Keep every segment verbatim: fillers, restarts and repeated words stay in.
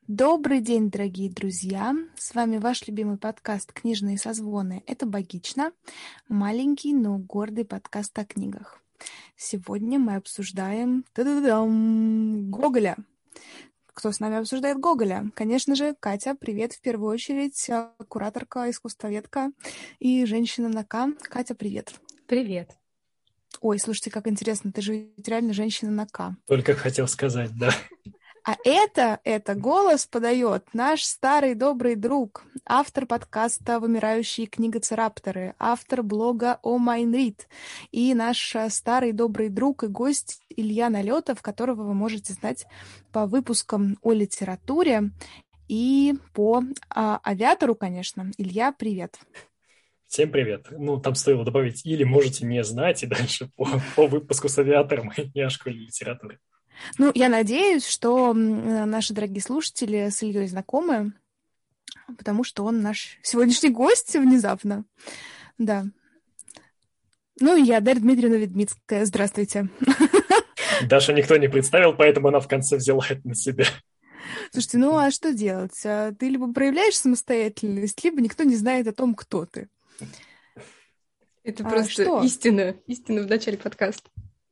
Добрый день, дорогие друзья! С вами ваш любимый подкаст «Книжные созвоны». Это «Богично», маленький, но гордый подкаст о книгах. Сегодня мы обсуждаем та-да-дам, Гоголя. Кто с нами обсуждает Гоголя? Конечно же, Катя. Привет, в первую очередь, кураторка, искусствоведка и женщина на К. Катя, привет. Привет. Ой, слушайте, как интересно, ты же ведь реально женщина на К. Только хотел сказать, да. А это, это голос подает наш старый добрый друг, автор подкаста «Вымирающие книгоцирапторы», автор блога «О Майн Рид» и наш старый добрый друг и гость Илья Налетов, которого вы можете знать по выпускам о литературе и по а, авиатору, конечно. Илья, привет. Всем привет. Ну, там стоило добавить «или можете не знать», и дальше по, по выпуску с авиатором и о школе литературы. Ну, я надеюсь, что наши дорогие слушатели с Ильей знакомы, потому что он наш сегодняшний гость внезапно. Да. Ну, и я, Дарья Дмитриевна Ведмицкая. Здравствуйте. Даша никто не представил, поэтому она в конце взяла это на себя. Слушайте, ну а что делать? Ты либо проявляешь самостоятельность, либо никто не знает о том, кто ты. Это а, просто что? истина. Истина в начале подкаста.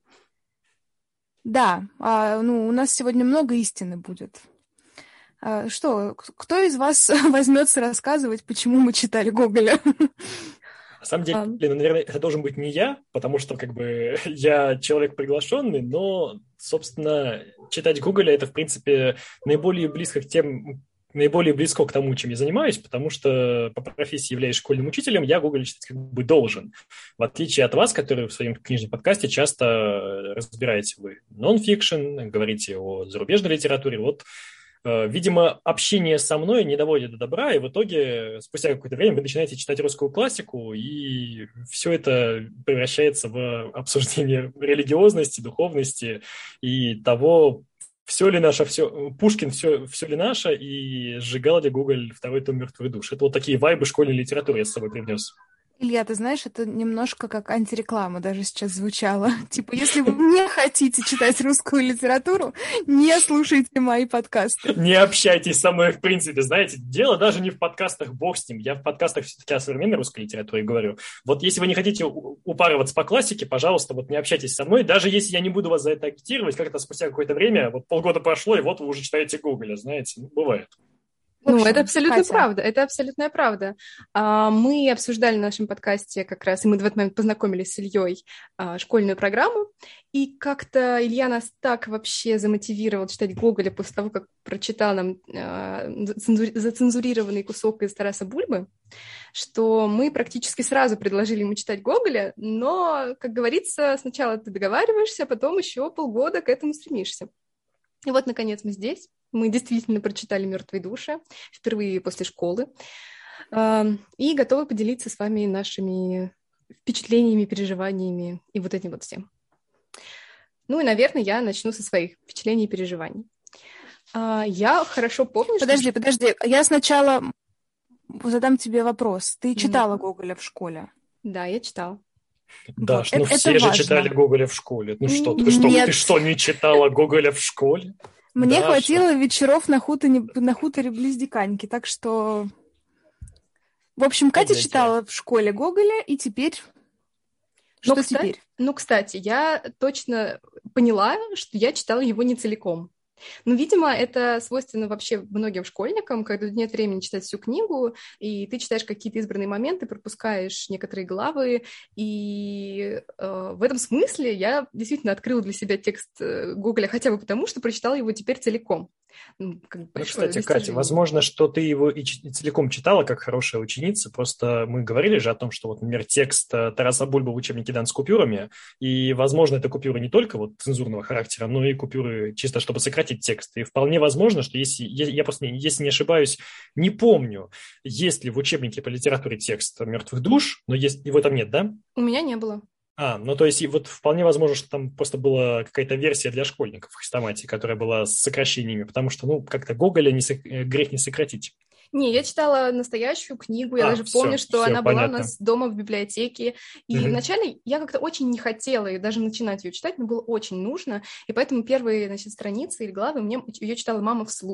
Да, а, ну, у нас сегодня много истины будет. А, что, кто из вас возьмется рассказывать, почему мы читали Гоголя? На самом деле, ну, наверное, это должен быть не я, потому что как бы я человек приглашенный, но, собственно, читать Гоголя — это, в принципе, наиболее близко к тем, наиболее близко к тому, чем я занимаюсь, потому что по профессии являюсь школьным учителем, я Гоголя читать как бы должен. В отличие от вас, которые в своем книжном подкасте часто разбираете вы нон-фикшн, говорите о зарубежной литературе, вот, видимо, общение со мной не доводит до добра, и в итоге спустя какое-то время вы начинаете читать русскую классику, и все это превращается в обсуждение религиозности, духовности и того, все ли наше, все, Пушкин, все, все ли наше, и сжигал ли Гоголь второй том «Мертвых душ». Это вот такие вайбы школьной литературы я с собой привнес. Илья, ты знаешь, это немножко как антиреклама даже сейчас звучало. Типа, если вы не хотите читать русскую литературу, не слушайте мои подкасты. Не общайтесь со мной, в принципе, знаете. Дело даже не в подкастах, бог с ним. Я в подкастах все-таки о современной русской литературе говорю. Вот если вы не хотите упарываться по классике, пожалуйста, вот не общайтесь со мной. Даже если я не буду вас за это агитировать, как-то спустя какое-то время, вот полгода прошло, и вот вы уже читаете Гоголя, знаете. Ну, бывает. Ну, общем, это абсолютно Катя. правда, это абсолютная правда. Мы обсуждали в нашем подкасте как раз, и мы в этот момент познакомились с Ильей, школьную программу, и как-то Илья нас так вообще замотивировал читать Гоголя после того, как прочитал нам зацензурированный кусок из Тараса Бульбы, что мы практически сразу предложили ему читать Гоголя, но, как говорится, сначала ты договариваешься, а потом еще полгода к этому стремишься. И вот, наконец, мы здесь. Мы действительно прочитали «Мертвые души» впервые после школы и готовы поделиться с вами нашими впечатлениями, переживаниями и вот этим вот всем. Ну и, наверное, я начну со своих впечатлений и переживаний. Я хорошо помню, Подожди, что... подожди. Я сначала задам тебе вопрос. Ты читала mm. Гоголя в школе? Да, я читала. Даш, вот, ну это, все это же важно. читали Гоголя в школе. Ну что, ты что, ты что, не читала Гоголя в школе? Мне Даша. хватило вечеров на хуторе, на хуторе близ Диканьки, так что... В общем, Катя Погоди. читала в школе Гоголя, и теперь... Но, что кстати, теперь? Ну, кстати, я точно поняла, что я читала его не целиком. Ну, видимо, это свойственно вообще многим школьникам, когда нет времени читать всю книгу, и ты читаешь какие-то избранные моменты, пропускаешь некоторые главы, и э, в этом смысле я действительно открыла для себя текст Гоголя хотя бы потому, что прочитала его теперь целиком. Ну, ну кстати, Катя, возможно, что ты его и целиком читала, как хорошая ученица, просто мы говорили же о том, что, вот, например, текст Тараса Бульбы в учебнике дан с купюрами, и, возможно, это купюры не только вот цензурного характера, но и купюры чисто, чтобы сократить текст. И вполне возможно, что если, я просто, если не ошибаюсь, не помню, есть ли в учебнике по литературе текст «Мертвых душ», но есть, его там нет, да? У меня не было. А, ну то есть вот вполне возможно, что там просто была какая-то версия для школьников в Хрестоматии, которая была с сокращениями, потому что, ну, как-то Гоголя не сок... грех не сократить. Не, я читала настоящую книгу, я а, даже все, помню, что все, она понятно. была у нас дома в библиотеке, и угу. вначале я как-то очень не хотела ее даже начинать ее читать, но было очень нужно, и поэтому первые, значит, страницы или главы мне ее читала мама вслух.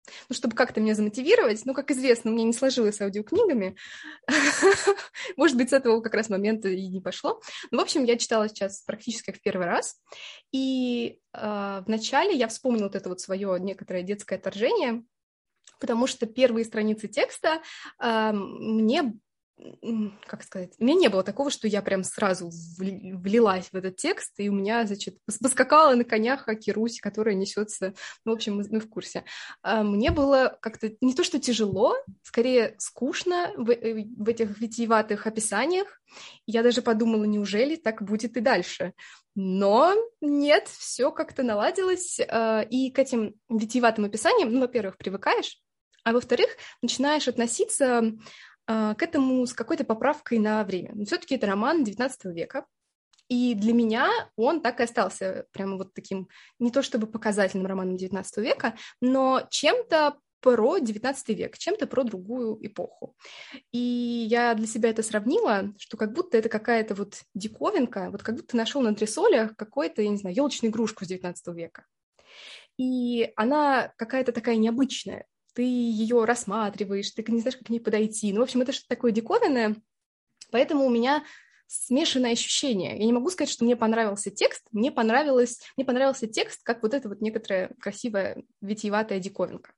ну, чтобы как-то меня замотивировать. Ну, как известно, у меня не сложилось с аудиокнигами. Может быть, с этого как раз момента и не пошло. Ну, в общем, я читала сейчас практически как в первый раз. И э, вначале я вспомнила вот это вот свое некоторое детское отторжение, потому что первые страницы текста э, мне... как сказать, у меня не было такого, что я прям сразу влилась в этот текст, и у меня, значит, поскакала на конях Аки Русь, которая несется, ну, в общем, мы, мы в курсе. А мне было как-то не то, что тяжело, скорее скучно в, в этих витиеватых описаниях. Я даже подумала, неужели так будет и дальше? Но нет, все как-то наладилось, и к этим витиеватым описаниям, ну, во-первых, привыкаешь, а во-вторых, начинаешь относиться к этому с какой-то поправкой на время. Но все-таки это роман девятнадцатого века, и для меня он так и остался прямо вот таким, не то чтобы показательным романом девятнадцатого века, но чем-то про девятнадцатый век, чем-то про другую эпоху. И я для себя это сравнила, что как будто это какая-то вот диковинка, вот как будто ты нашел на антресолях какой-то, я не знаю, елочную игрушку с девятнадцатого века. И она какая-то такая необычная. Ты ее рассматриваешь, ты не знаешь, как к ней подойти. Ну, в общем, это что-то такое диковинное, поэтому у меня смешанное ощущение. Я не могу сказать, что мне понравился текст, мне, понравилось, мне понравился текст, как вот эта вот некоторая красивая витиеватая диковинка.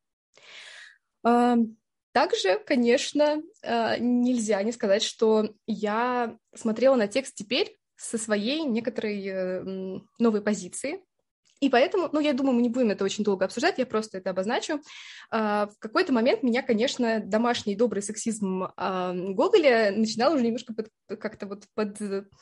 Также, конечно, нельзя не сказать, что я смотрела на текст теперь со своей некоторой новой позиции. И поэтому, ну, я думаю, мы не будем это очень долго обсуждать, я просто это обозначу. В какой-то момент меня, конечно, домашний добрый сексизм Гоголя начинал уже немножко под, как-то вот под...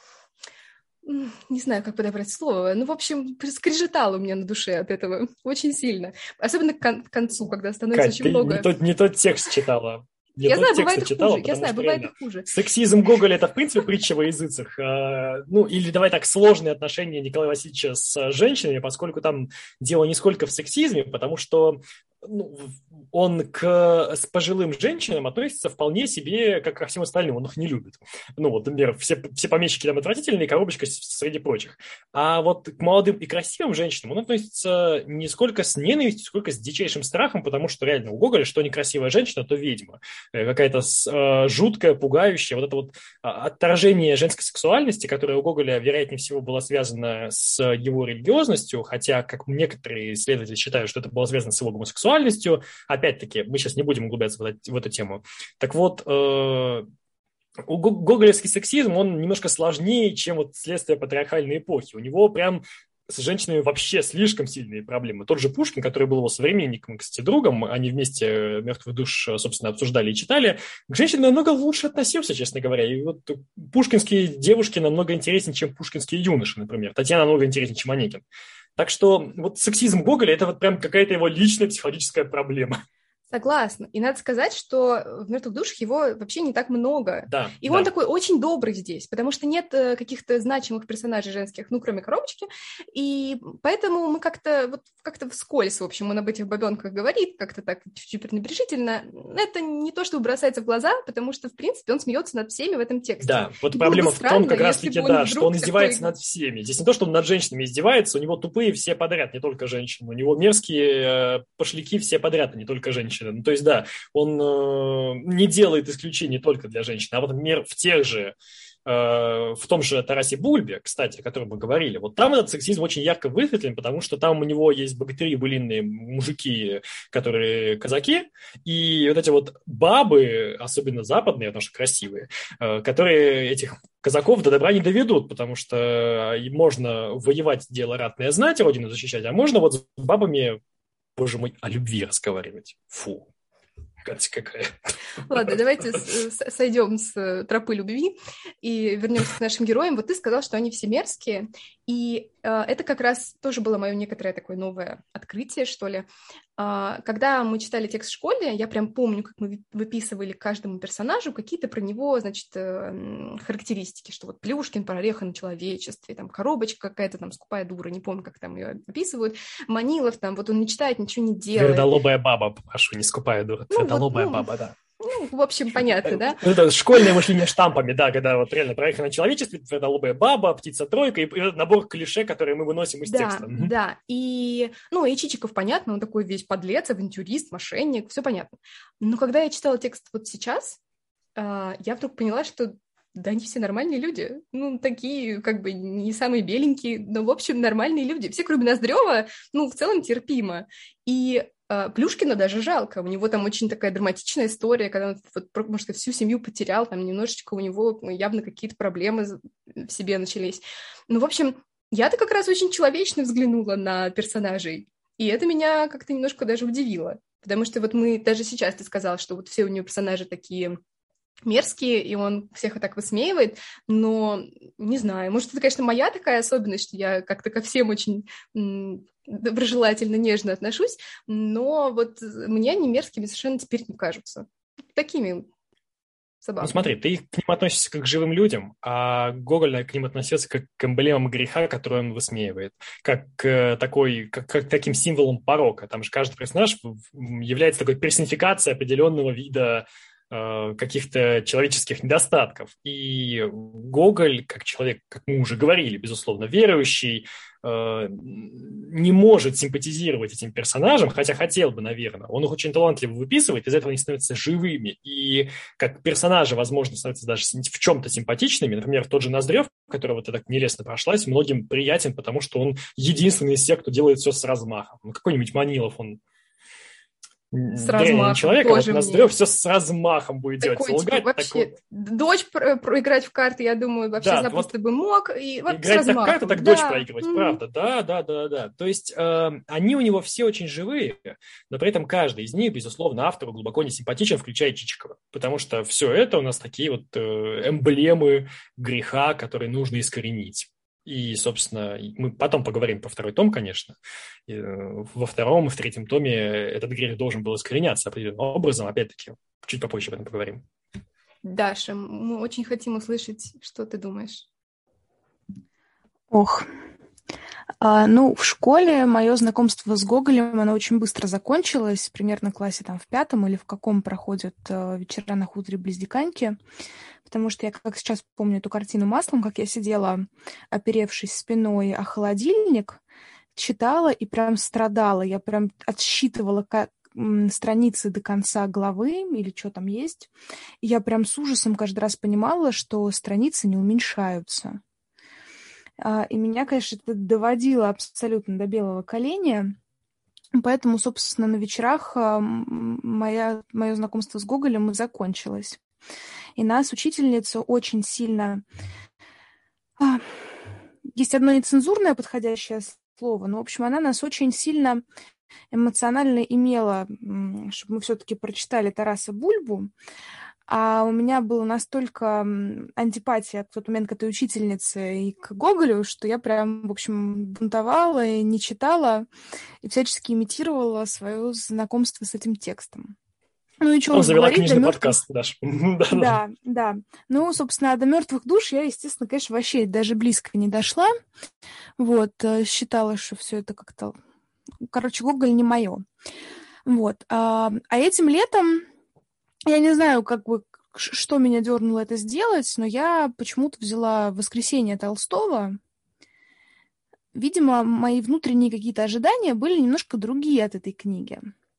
Не знаю, как подобрать слово. Ну, в общем, скрежетало у меня на душе от этого очень сильно. Особенно к, кон- к концу, когда становится Кать, очень ты много... не тот, не тот текст читала. Не я знаю, бывает и читала, хуже. Я знаю, бывает и хуже. Сексизм Гоголя — это, в принципе, притча во языцах. Ну, или, давай так, сложные отношения Николая Васильевича с женщинами, поскольку там дело не сколько в сексизме, потому что ну, он к, с пожилым женщинам относится вполне себе, как ко всем остальным, он их не любит. Ну, вот, например, все, все помещики там отвратительные, коробочка среди прочих. А вот к молодым и красивым женщинам он относится не сколько с ненавистью, сколько с дичайшим страхом, потому что реально у Гоголя, что некрасивая женщина, то ведьма. Какая-то э, жуткая, пугающая, вот это вот отторжение женской сексуальности, которое у Гоголя, вероятнее всего, было связано с его религиозностью, хотя, как некоторые исследователи считают, что это было связано с его гомосексуальностью. Опять-таки, мы сейчас не будем углубляться в, это, в эту тему. Так вот, э, гоголевский сексизм, он немножко сложнее, чем вот следствие патриархальной эпохи. У него прям с женщинами вообще слишком сильные проблемы. Тот же Пушкин, который был его современником, кстати, другом, они вместе «Мертвых душ», собственно, обсуждали и читали, к женщинам намного лучше относился, честно говоря. И вот пушкинские девушки намного интереснее, чем пушкинские юноши, например. Татьяна намного интереснее, чем Онегин. Так что вот сексизм Гоголя – это вот прям какая-то его личная психологическая проблема. Согласна. И надо сказать, что в «Мертвых душах» его вообще не так много. Да, и да. он такой очень добрый здесь, потому что нет каких-то значимых персонажей женских, ну, кроме коробочки. И поэтому мы как-то вот как-то вскользь, в общем, он об этих бабенках говорит, как-то так чуть-чуть пренебрежительно. Это не то, что бросается в глаза, потому что, в принципе, он смеется над всеми в этом тексте. Да, вот и проблема в том, как раз-таки, да, что он издевается такой... над всеми. Здесь не то, что он над женщинами издевается, у него тупые все подряд, не только женщины. У него мерзкие э, пошляки все подряд, а не только женщины. Ну, то есть, да, он э, не делает исключений только для женщин, а вот, например, в тех же, э, в том же Тарасе Бульбе, кстати, о котором мы говорили, вот там этот сексизм очень ярко высветлен, потому что там у него есть богатыри, былинные мужики, которые казаки, и вот эти вот бабы, особенно западные, потому что красивые, э, которые этих казаков до добра не доведут, потому что можно воевать, дело ратное, знать, родину защищать, а можно вот с бабами, боже мой, о любви разговаривать. Фу. Гадость какая. Ладно, давайте сойдем с тропы любви и вернемся к нашим героям. Вот ты сказал, что они все мерзкие, и э, это как раз тоже было мое некоторое такое новое открытие, что ли. Э, когда мы читали текст в школе, я прям помню, как мы выписывали каждому персонажу какие-то про него, значит, э, характеристики, что вот Плюшкин прореха на человечестве, там коробочка какая-то там скупая дура, не помню, как там ее описывают, Манилов там, вот он не читает, ничего не делает. Твердолобая баба, прошу, не скупая дура, Ну, твердолобая вот, ну, баба, да. Ну, Ну, в общем, понятно, да? Это школьное мышление штампами, да, когда вот реально проехано человечество, твердолобая баба, птица-тройка и набор клише, которые мы выносим из да, текста. Да, и, ну, и Чичиков, понятно, он такой весь подлец, авантюрист, мошенник, все понятно. Но когда я читала текст вот сейчас, я вдруг поняла, что да, они все нормальные люди, ну, такие, как бы, не самые беленькие, но, в общем, нормальные люди. Все, кроме Ноздрёва, ну, в целом терпимо. И э, Плюшкина даже жалко, у него там очень такая драматичная история, когда он, вот, может, всю семью потерял, там немножечко у него явно какие-то проблемы в себе начались. Ну, в общем, я-то как раз очень человечно взглянула на персонажей, и это меня как-то немножко даже удивило, потому что вот мы, даже сейчас ты сказал, что вот все у него персонажи такие мерзкие, и он всех вот так высмеивает, но не знаю, может, это, конечно, моя такая особенность, что я как-то ко всем очень м- доброжелательно, нежно отношусь, но вот мне они мерзкими совершенно теперь не кажутся. Такими собаками. Ну смотри, ты к ним относишься как к живым людям, а Гоголь к ним относился как к эмблемам греха, который он высмеивает, как к, такой, как, как к таким символам порока. Там же каждый персонаж является такой персонификацией определенного вида каких-то человеческих недостатков. И Гоголь, как человек, как мы уже говорили, безусловно, верующий, не может симпатизировать этим персонажам, хотя хотел бы, наверное. Он их очень талантливо выписывает, из этого они становятся живыми. И как персонажи, возможно, становятся даже в чем-то симпатичными. Например, тот же Ноздрев, которого ты так нелестно прошлась, многим приятен, потому что он единственный из тех, кто делает все с размахом. Ну, какой-нибудь Манилов, он с размахом человек, тоже а вот Ноздрев все с размахом будет такой, делать. Типа, вообще, такой... дочь про- проиграть в карты, я думаю, вообще да, запросто вот бы мог. И вот играть так в карты, так да. дочь проигрывать, mm-hmm. правда. Да, да, да, да. То есть э, они у него все очень живые, но при этом каждый из них, безусловно, автору глубоко не симпатичен, включая Чичикова. Потому что все это у нас такие вот э, эмблемы греха, которые нужно искоренить. И, собственно, мы потом поговорим про второй том, конечно. И во втором и в третьем томе этот грех должен был искореняться определенным образом. Опять-таки, чуть попозже об этом поговорим. Даша, мы очень хотим услышать, что ты думаешь. Ох. А, ну, в школе мое знакомство с Гоголем, оно очень быстро закончилось. Примерно в классе там в пятом или в каком проходят uh, вечера на хуторе близ Диканьки. Потому что я как сейчас помню эту картину маслом, как я сидела, оперевшись спиной о холодильник, читала и прям страдала. Я прям отсчитывала как, м, страницы до конца главы или что там есть. И я прям с ужасом каждый раз понимала, что страницы не уменьшаются. А, и меня, конечно, это доводило абсолютно до белого коленя. Поэтому, собственно, на вечерах моя, мое знакомство с Гоголем и закончилось. И нас учительница очень сильно... А, есть одно нецензурное подходящее слово, но, в общем, она нас очень сильно эмоционально имела, чтобы мы все-таки прочитали Тараса Бульбу. А у меня была настолько антипатия в тот момент к этой учительнице и к Гоголю, что я прям, в общем, бунтовала и не читала, и всячески имитировала свое знакомство с этим текстом. Ну и что Он уж завела говорить, книжный мертвых... подкаст, Даш. Да, да. Ну, собственно, до мертвых душ я, естественно, конечно, вообще даже близко не дошла. Вот, считала, что все это как-то... Короче, Гоголь не мое. Вот. А, а этим летом, я не знаю, как бы, что меня дернуло это сделать, но я почему-то взяла «Воскресенье» Толстого. Видимо, мои внутренние какие-то ожидания были немножко другие от этой книги.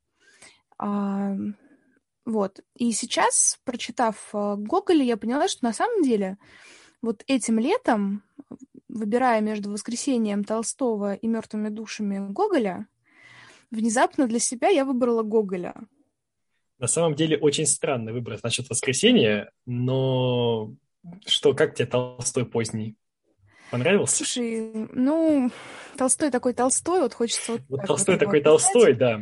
А... Вот. И сейчас, прочитав Гоголя, я поняла, что на самом деле вот этим летом, выбирая между «Воскресеньем» Толстого и «Мертвыми душами» Гоголя, внезапно для себя я выбрала Гоголя. На самом деле очень странный выбор насчет «Воскресенья», но что, как тебе Толстой поздний? Понравился? Слушай, ну, Толстой такой Толстой, вот хочется вот, вот так Толстой вот такой описать. Толстой, да.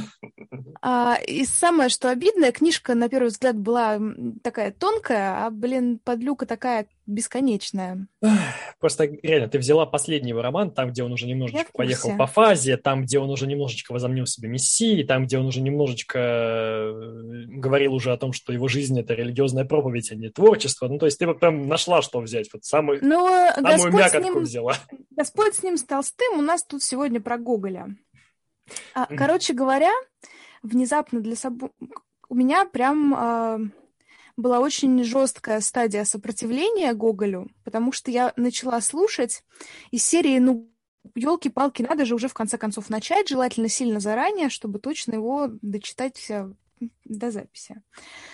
А, и самое, что обидное, книжка, на первый взгляд, была такая тонкая, а, блин, подлюка такая бесконечная. Просто реально, ты взяла последний его роман, там, где он уже немножечко поехал по фазе, там, где он уже немножечко возомнил себе мессией, там, где он уже немножечко говорил уже о том, что его жизнь — это религиозная проповедь, а не творчество. Ну, то есть ты вот прям нашла, что взять. Вот самую, Но самую мякотку ним, взяла. Господь с ним, с Толстым, у нас тут сегодня про Гоголя. А, короче говоря, внезапно для собой... у меня прям э, была очень жесткая стадия сопротивления Гоголю, потому что я начала слушать из серии, ну, елки-палки, надо же уже в конце концов начать, желательно сильно заранее, чтобы точно его дочитать до записи.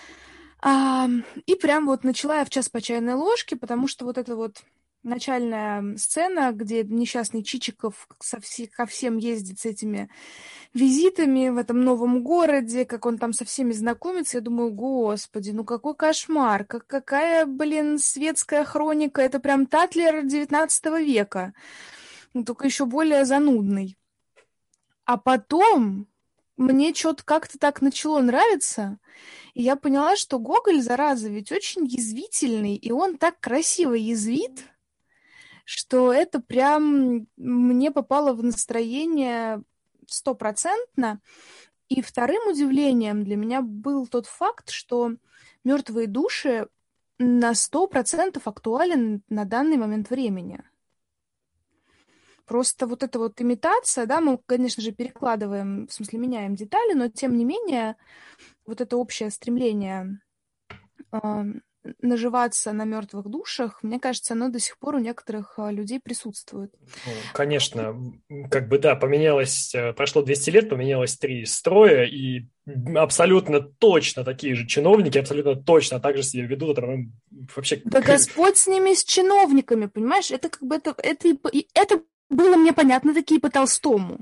А, и прям вот начала я в час по чайной ложке, потому что вот эта вот начальная сцена, где несчастный Чичиков со все, ко всем ездит с этими визитами в этом новом городе, как он там со всеми знакомится, я думаю, господи, ну какой кошмар, как, какая, блин, светская хроника, это прям Татлер девятнадцатого века, ну, только еще более занудный. А потом мне что-то как-то так начало нравиться, и я поняла, что Гоголь, зараза, ведь очень язвительный, и он так красиво язвит, что это прям мне попало в настроение стопроцентно. И вторым удивлением для меня был тот факт, что «Мертвые души» на сто процентов актуален на данный момент времени. Просто вот эта вот имитация, да, мы, конечно же, перекладываем, в смысле, меняем детали, но, тем не менее, вот это общее стремление э, наживаться на мертвых душах, мне кажется, оно до сих пор у некоторых людей присутствует. Ну, конечно, как бы, да, поменялось, прошло двести лет, поменялось три строя, и абсолютно точно такие же чиновники, абсолютно точно так же себя ведут. Это вообще... Да Господь с ними, с чиновниками, понимаешь? Это как бы, это, это, это было мне понятно таки и по Толстому,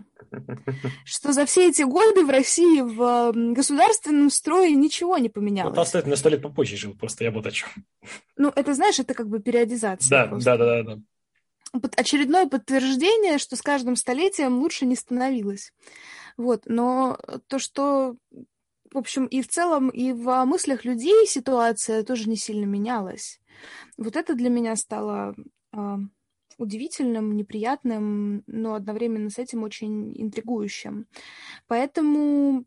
что за все эти годы в России в государственном строе ничего не поменялось. Ну, Толстой на сто лет попозже жил, просто я вот о чем. Ну, это, знаешь, это как бы периодизация. Да, просто. да, да, да, да. Очередное подтверждение, что с каждым столетием лучше не становилось. Вот, но то, что, в общем, и в целом, и в мыслях людей ситуация тоже не сильно менялась. Вот это для меня стало... удивительным, неприятным, но одновременно с этим очень интригующим. Поэтому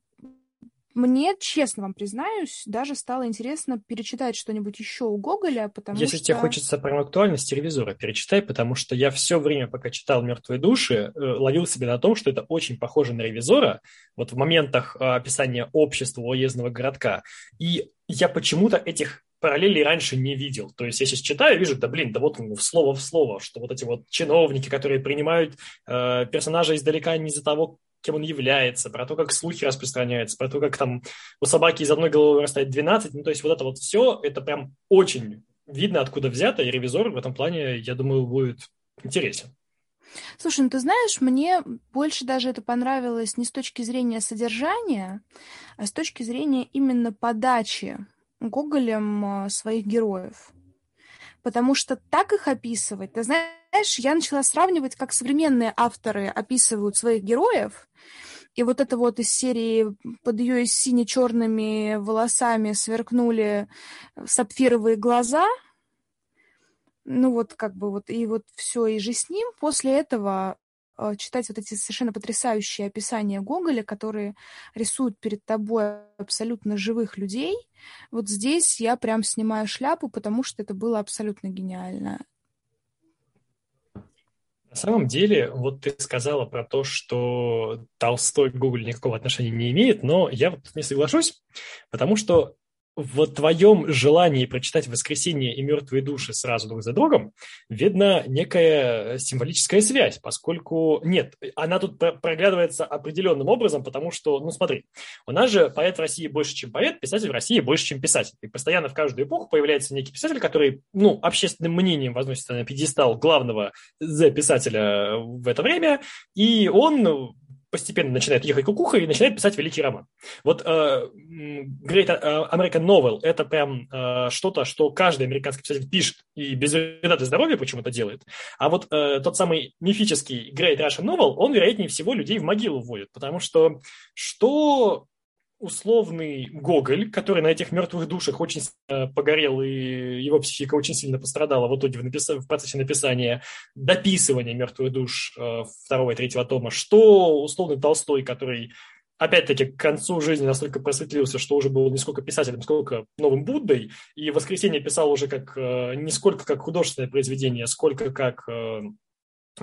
мне, честно вам признаюсь, даже стало интересно перечитать что-нибудь еще у Гоголя, потому Если что... тебе хочется про актуальность «Ревизора», перечитай, потому что я все время, пока читал «Мертвые души», ловил себя на том, что это очень похоже на «Ревизора», вот в моментах описания общества уездного городка. И я почему-то этих параллелей раньше не видел. То есть я сейчас читаю, вижу, да блин, да вот слово в слово, что вот эти вот чиновники, которые принимают э, персонажа издалека не из-за того, кем он является, про то, как слухи распространяются, про то, как там у собаки из одной головы вырастает двенадцать. Ну, то есть вот это вот все, это прям очень видно, откуда взято, и «Ревизор» в этом плане, я думаю, будет интересен. Слушай, ну ты знаешь, мне больше даже это понравилось не с точки зрения содержания, а с точки зрения именно подачи Гоголем своих героев. Потому что так их описывать, ты знаешь, я начала сравнивать, как современные авторы описывают своих героев, и вот это вот из серии под ее сине-черными волосами сверкнули сапфировые глаза, ну вот как бы вот, и вот все, и же с ним. После этого читать вот эти совершенно потрясающие описания Гоголя, которые рисуют перед тобой абсолютно живых людей, вот здесь я прям снимаю шляпу, потому что это было абсолютно гениально. На самом деле, вот ты сказала про то, что Толстой к Гоголю никакого отношения не имеет, но я вот не соглашусь, потому что в твоем желании прочитать «Воскресенье» и «Мертвые души» сразу друг за другом видна некая символическая связь, поскольку нет, она тут проглядывается определенным образом, потому что, ну смотри, у нас же поэт в России больше, чем поэт, писатель в России больше, чем писатель. И постоянно в каждую эпоху появляется некий писатель, который, ну, общественным мнением возносится на пьедестал главного писателя в это время, и он... постепенно начинает ехать кукуха и начинает писать великий роман. Вот uh, Great American Novel – это прям uh, что-то, что каждый американский писатель пишет и без вреда для здоровья почему-то делает. А вот uh, тот самый мифический Great Russian Novel, он, вероятнее всего, людей в могилу вводит, потому что что... условный Гоголь, который на этих мертвых душах очень сильно погорел, и его психика очень сильно пострадала в итоге в, напис... в процессе написания, дописывания мертвых душ второго и третьего тома, что условный Толстой, который, опять-таки, к концу жизни настолько просветлился, что уже был не сколько писателем, сколько новым Буддой, и «Воскресенье» писал уже как не сколько как художественное произведение, сколько как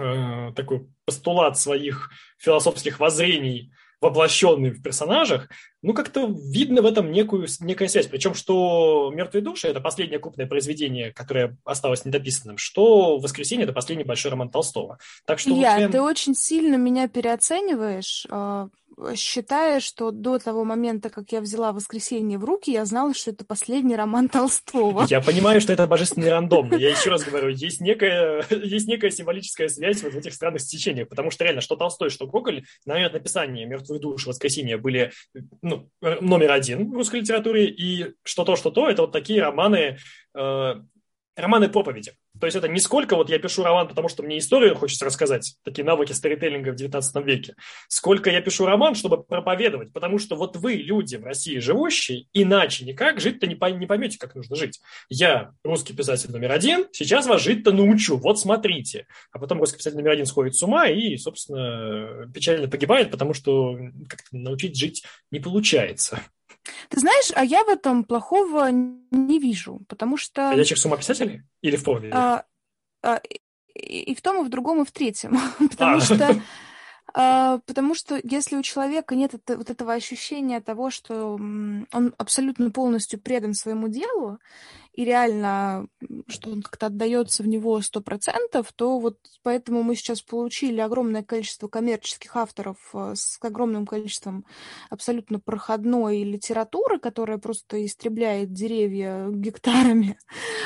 такой постулат своих философских воззрений, воплощенный в персонажах, ну, как-то видно в этом некую, некая связь. Причем, что «Мертвые души» — это последнее крупное произведение, которое осталось недописанным, что «Воскресенье» — это последний большой роман Толстого. Так что Илья, вот прям... ты очень сильно меня переоцениваешь, считая, что до того момента, как я взяла «Воскресенье» в руки, я знала, что это последний роман Толстого. Я понимаю, что это божественный рандом, но я еще раз говорю, есть некая, есть некая символическая связь вот в этих странных стечениях, потому что реально, что Толстой, что Гоголь на момент написания «Мертвых душ» «Воскресенье» были ну, номер один в русской литературе, и что то, что то, это вот такие романы, э, романы-проповеди. То есть это не сколько вот я пишу роман, потому что мне историю хочется рассказать, такие навыки сторителлинга в девятнадцатом веке, сколько я пишу роман, чтобы проповедовать, потому что вот вы, люди в России живущие, иначе никак жить-то не поймете, как нужно жить. Я русский писатель номер один, сейчас вас жить-то научу, вот смотрите. А потом русский писатель номер один сходит с ума и, собственно, печально погибает, потому что как-то научить жить не получается. Ты знаешь, а я в этом плохого не вижу, потому что... Ходячих с ума писателей? Или в поводе? А, а, и, и в том, и в другом, и в третьем. потому, а. что, а, потому что если у человека нет это, вот этого ощущения того, что он абсолютно полностью предан своему делу, и реально, что он как-то отдается в него сто процентов, то вот поэтому мы сейчас получили огромное количество коммерческих авторов с огромным количеством абсолютно проходной литературы, которая просто истребляет деревья гектарами.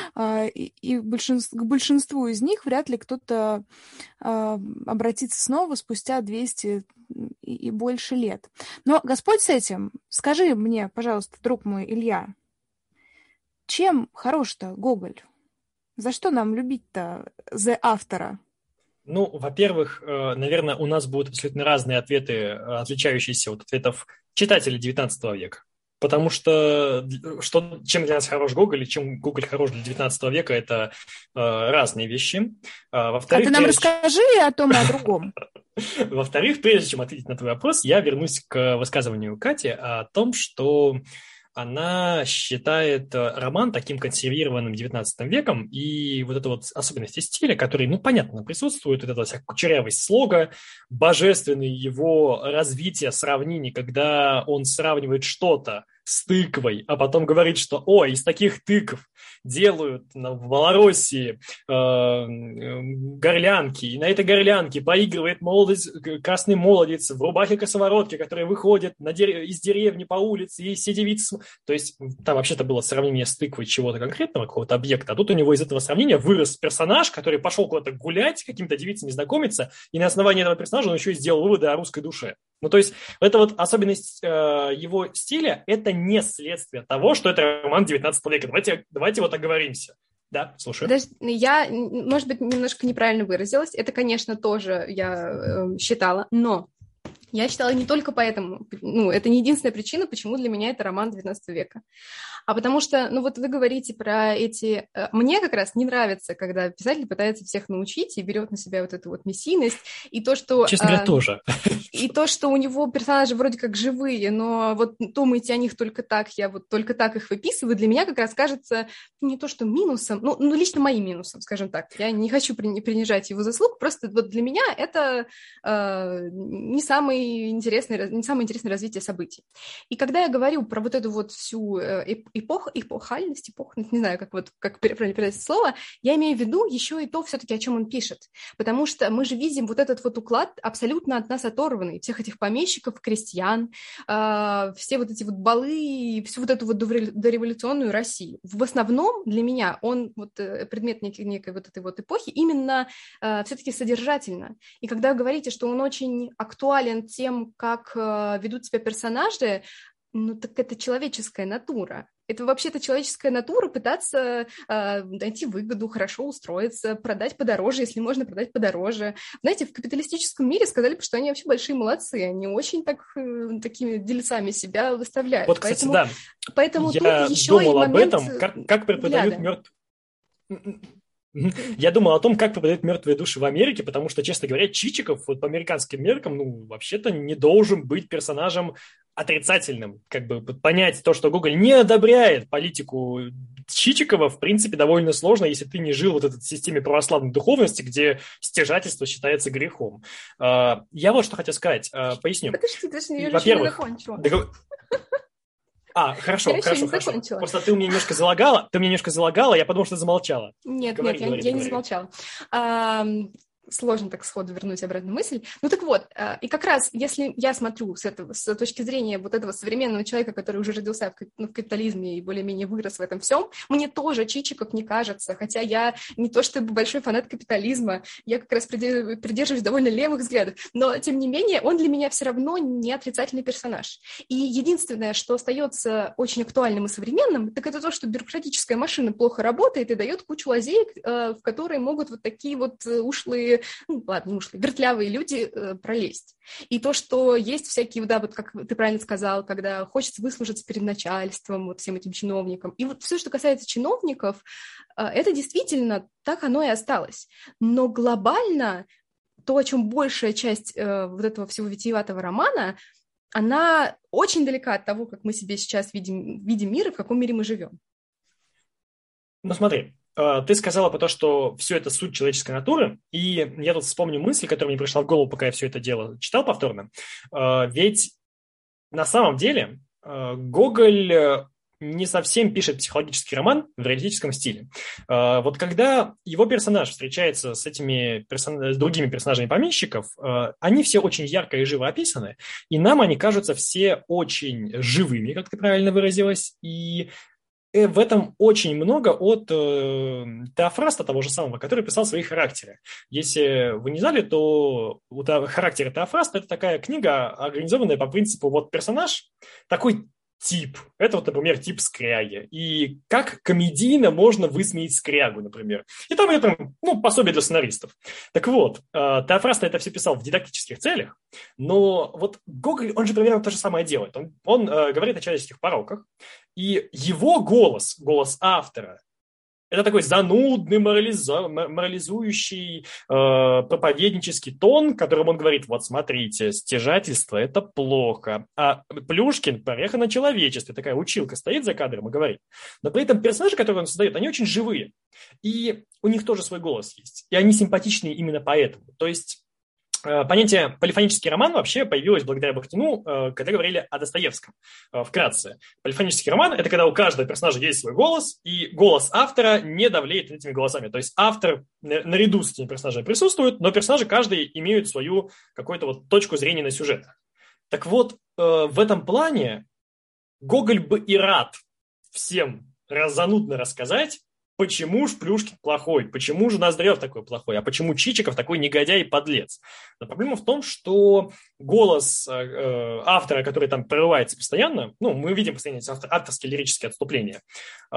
И большинство, к большинству из них вряд ли кто-то обратится снова спустя двести и больше лет. Но Господь с этим. Скажи мне, пожалуйста, друг мой Илья, чем хорош-то Гоголь? За что нам любить-то the автора? Ну, во-первых, наверное, у нас будут абсолютно разные ответы, отличающиеся от ответов читателей девятнадцатого века. Потому что, что чем для нас хорош Гоголь и чем Гоголь хорош для девятнадцатого века, это разные вещи. Во-вторых, а ты нам прежде... расскажи о том и о другом. Во-вторых, прежде чем ответить на твой вопрос, я вернусь к высказыванию Кати о том, что она считает роман таким консервированным девятнадцатым веком, и вот это вот особенности стиля, которые, ну, понятно, присутствуют, вот эта вся кучерявость слога, божественное его развитие сравнений, когда он сравнивает что-то с тыквой, а потом говорит, что, о, из таких тыкв делают в Малороссии э, горлянки, и на этой горлянке поигрывает молодец, красный молодец в рубахе-косоворотке, который выходит на дерев... из деревни по улице, и все девицы... То есть там вообще-то было сравнение с тыквой чего-то конкретного, какого-то объекта, а тут у него из этого сравнения вырос персонаж, который пошел куда-то гулять, каким-то девицами знакомиться, и на основании этого персонажа он еще и сделал выводы о русской душе. Ну, то есть это вот особенность э, его стиля, это не следствие того, что это роман девятнадцатого века. Давайте, давайте вот оговоримся. Да, слушаю. Подожди, я, может быть, немножко неправильно выразилась. Это, конечно, тоже я э, считала, но я считала не только поэтому. Ну, это не единственная причина, почему для меня это роман девятнадцатого века. А потому что, ну вот вы говорите про эти... Мне как раз не нравится, когда писатель пытается всех научить и берет на себя вот эту вот мессийность, и то, что... Честно говоря, а... тоже. И то, что у него персонажи вроде как живые, но вот думаете о них только так, я вот только так их выписываю, для меня как раз кажется не то, что минусом, ну, ну лично моим минусом, скажем так. Я не хочу принижать его заслуг, просто вот для меня это э, не, самый интересный, не самое интересное развитие событий. И когда я говорю про вот эту вот всю эпоху, эпохальность, эпохальность, не знаю, как вот как правильно передать это слово, я имею в виду еще и то все-таки, о чем он пишет. Потому что мы же видим вот этот вот уклад абсолютно от нас оторванный, всех этих помещиков, крестьян, э, все вот эти вот балы и всю вот эту вот дореволюционную Россию. В основном для меня он вот предмет некой, некой вот этой вот эпохи именно э, все-таки содержательно. И когда вы говорите, что он очень актуален тем, как э, ведут себя персонажи, ну так это человеческая натура. Это вообще-то человеческая натура пытаться э, найти выгоду, хорошо устроиться, продать подороже, если можно продать подороже. Знаете, в капиталистическом мире сказали бы, что они вообще большие молодцы, они очень так, э, такими дельцами себя выставляют. Вот, кстати, поэтому, да. Поэтому я тут еще думал и об момент этом, как, как преподают мертв... Я думал о том, как преподают мертвые души в Америке, потому что, честно говоря, Чичиков вот по американским меркам, ну, вообще-то не должен быть персонажем отрицательным. Как бы понять то, что Гоголь не одобряет политику Чичикова, в принципе, довольно сложно, если ты не жил вот в этой системе православной духовности, где стяжательство считается грехом. Я вот что хотел сказать, поясню. Подожди, подожди, я Во-первых, еще не закончила. А, хорошо, я хорошо, еще не хорошо. закончила. Просто ты у меня немножко залагала, ты мне немножко залагала, я подумал, что ты замолчала. Нет, Говори, нет, говори, я, я не говори. замолчала. А, сложно так сходу вернуть обратную мысль. Ну так вот, и как раз, если я смотрю с, этого, с точки зрения вот этого современного человека, который уже родился в, ну, в капитализме и более-менее вырос в этом всем, мне тоже Чичиков не кажется, хотя я не то чтобы большой фанат капитализма, я как раз придерживаюсь довольно левых взглядов, но, тем не менее, он для меня все равно не отрицательный персонаж. И единственное, что остается очень актуальным и современным, так это то, что бюрократическая машина плохо работает и дает кучу лазеек, в которые могут вот такие вот ушлые, ну, ладно, не ушлые, вертлявые люди э, пролезть. И то, что есть всякие, да, вот как ты правильно сказал, когда хочется выслужиться перед начальством, вот всем этим чиновникам. И вот все, что касается чиновников, э, это действительно так оно и осталось. Но глобально то, о чем большая часть э, вот этого всего витиеватого романа, она очень далека от того, как мы себе сейчас видим, видим мир и в каком мире мы живем. Ну смотри, ты сказала про то, что все это суть человеческой натуры, и я тут вспомню мысль, которая мне пришла в голову, пока я все это дело читал повторно. Ведь на самом деле Гоголь не совсем пишет психологический роман в реалистическом стиле. Вот когда его персонаж встречается с этими персон... с другими персонажами помещиков, они все очень ярко и живо описаны, и нам они кажутся все очень живыми, как ты правильно выразилась, и в этом очень много от э, Теофраста, того же самого, который писал свои характеры. Если вы не знали, то у характера Теофраста это такая книга, организованная по принципу вот персонаж, такой тип. Это вот, например, тип скряги. И как комедийно можно высмеять скрягу, например. И там это, ну, пособие для сценаристов. Так вот, э, Теофраст это все писал в дидактических целях, но вот Гоголь, он же примерно то же самое делает. Он, он э, говорит о человеческих пороках, и его голос, голос автора, это такой занудный, морализу, морализующий, э, проповеднический тон, которым он говорит, вот смотрите, стяжательство – это плохо. А Плюшкин – пореха на человечестве. Такая училка стоит за кадром и говорит. Но при этом персонажи, которые он создает, они очень живые. И у них тоже свой голос есть. И они симпатичные именно поэтому. То есть понятие полифонический роман вообще появилось благодаря Бахтину, когда говорили о Достоевском. Вкратце. Полифонический роман – это когда у каждого персонажа есть свой голос, и голос автора не давлеет этими голосами. То есть автор наряду с этими персонажами присутствует, но персонажи каждый имеют свою какую-то вот точку зрения на сюжет. Так вот, в этом плане Гоголь бы и рад всем занудно рассказать, почему ж Плюшкин плохой, почему же Ноздрев такой плохой, а почему Чичиков такой негодяй и подлец. Но проблема в том, что голос э, автора, который там прорывается постоянно, ну, мы видим постоянно автор, авторские лирические отступления, э,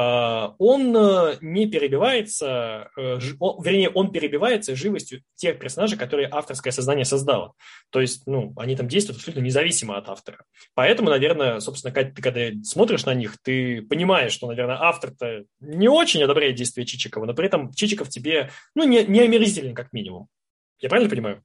он э, не перебивается, э, ж, он, вернее, он перебивается живостью тех персонажей, которые авторское сознание создало. То есть, ну, они там действуют абсолютно независимо от автора. Поэтому, наверное, собственно, когда ты когда смотришь на них, ты понимаешь, что, наверное, автор-то не очень одобряет действия Чичикова, но при этом Чичиков тебе, ну, не, не омерзителен, как минимум. Я правильно понимаю?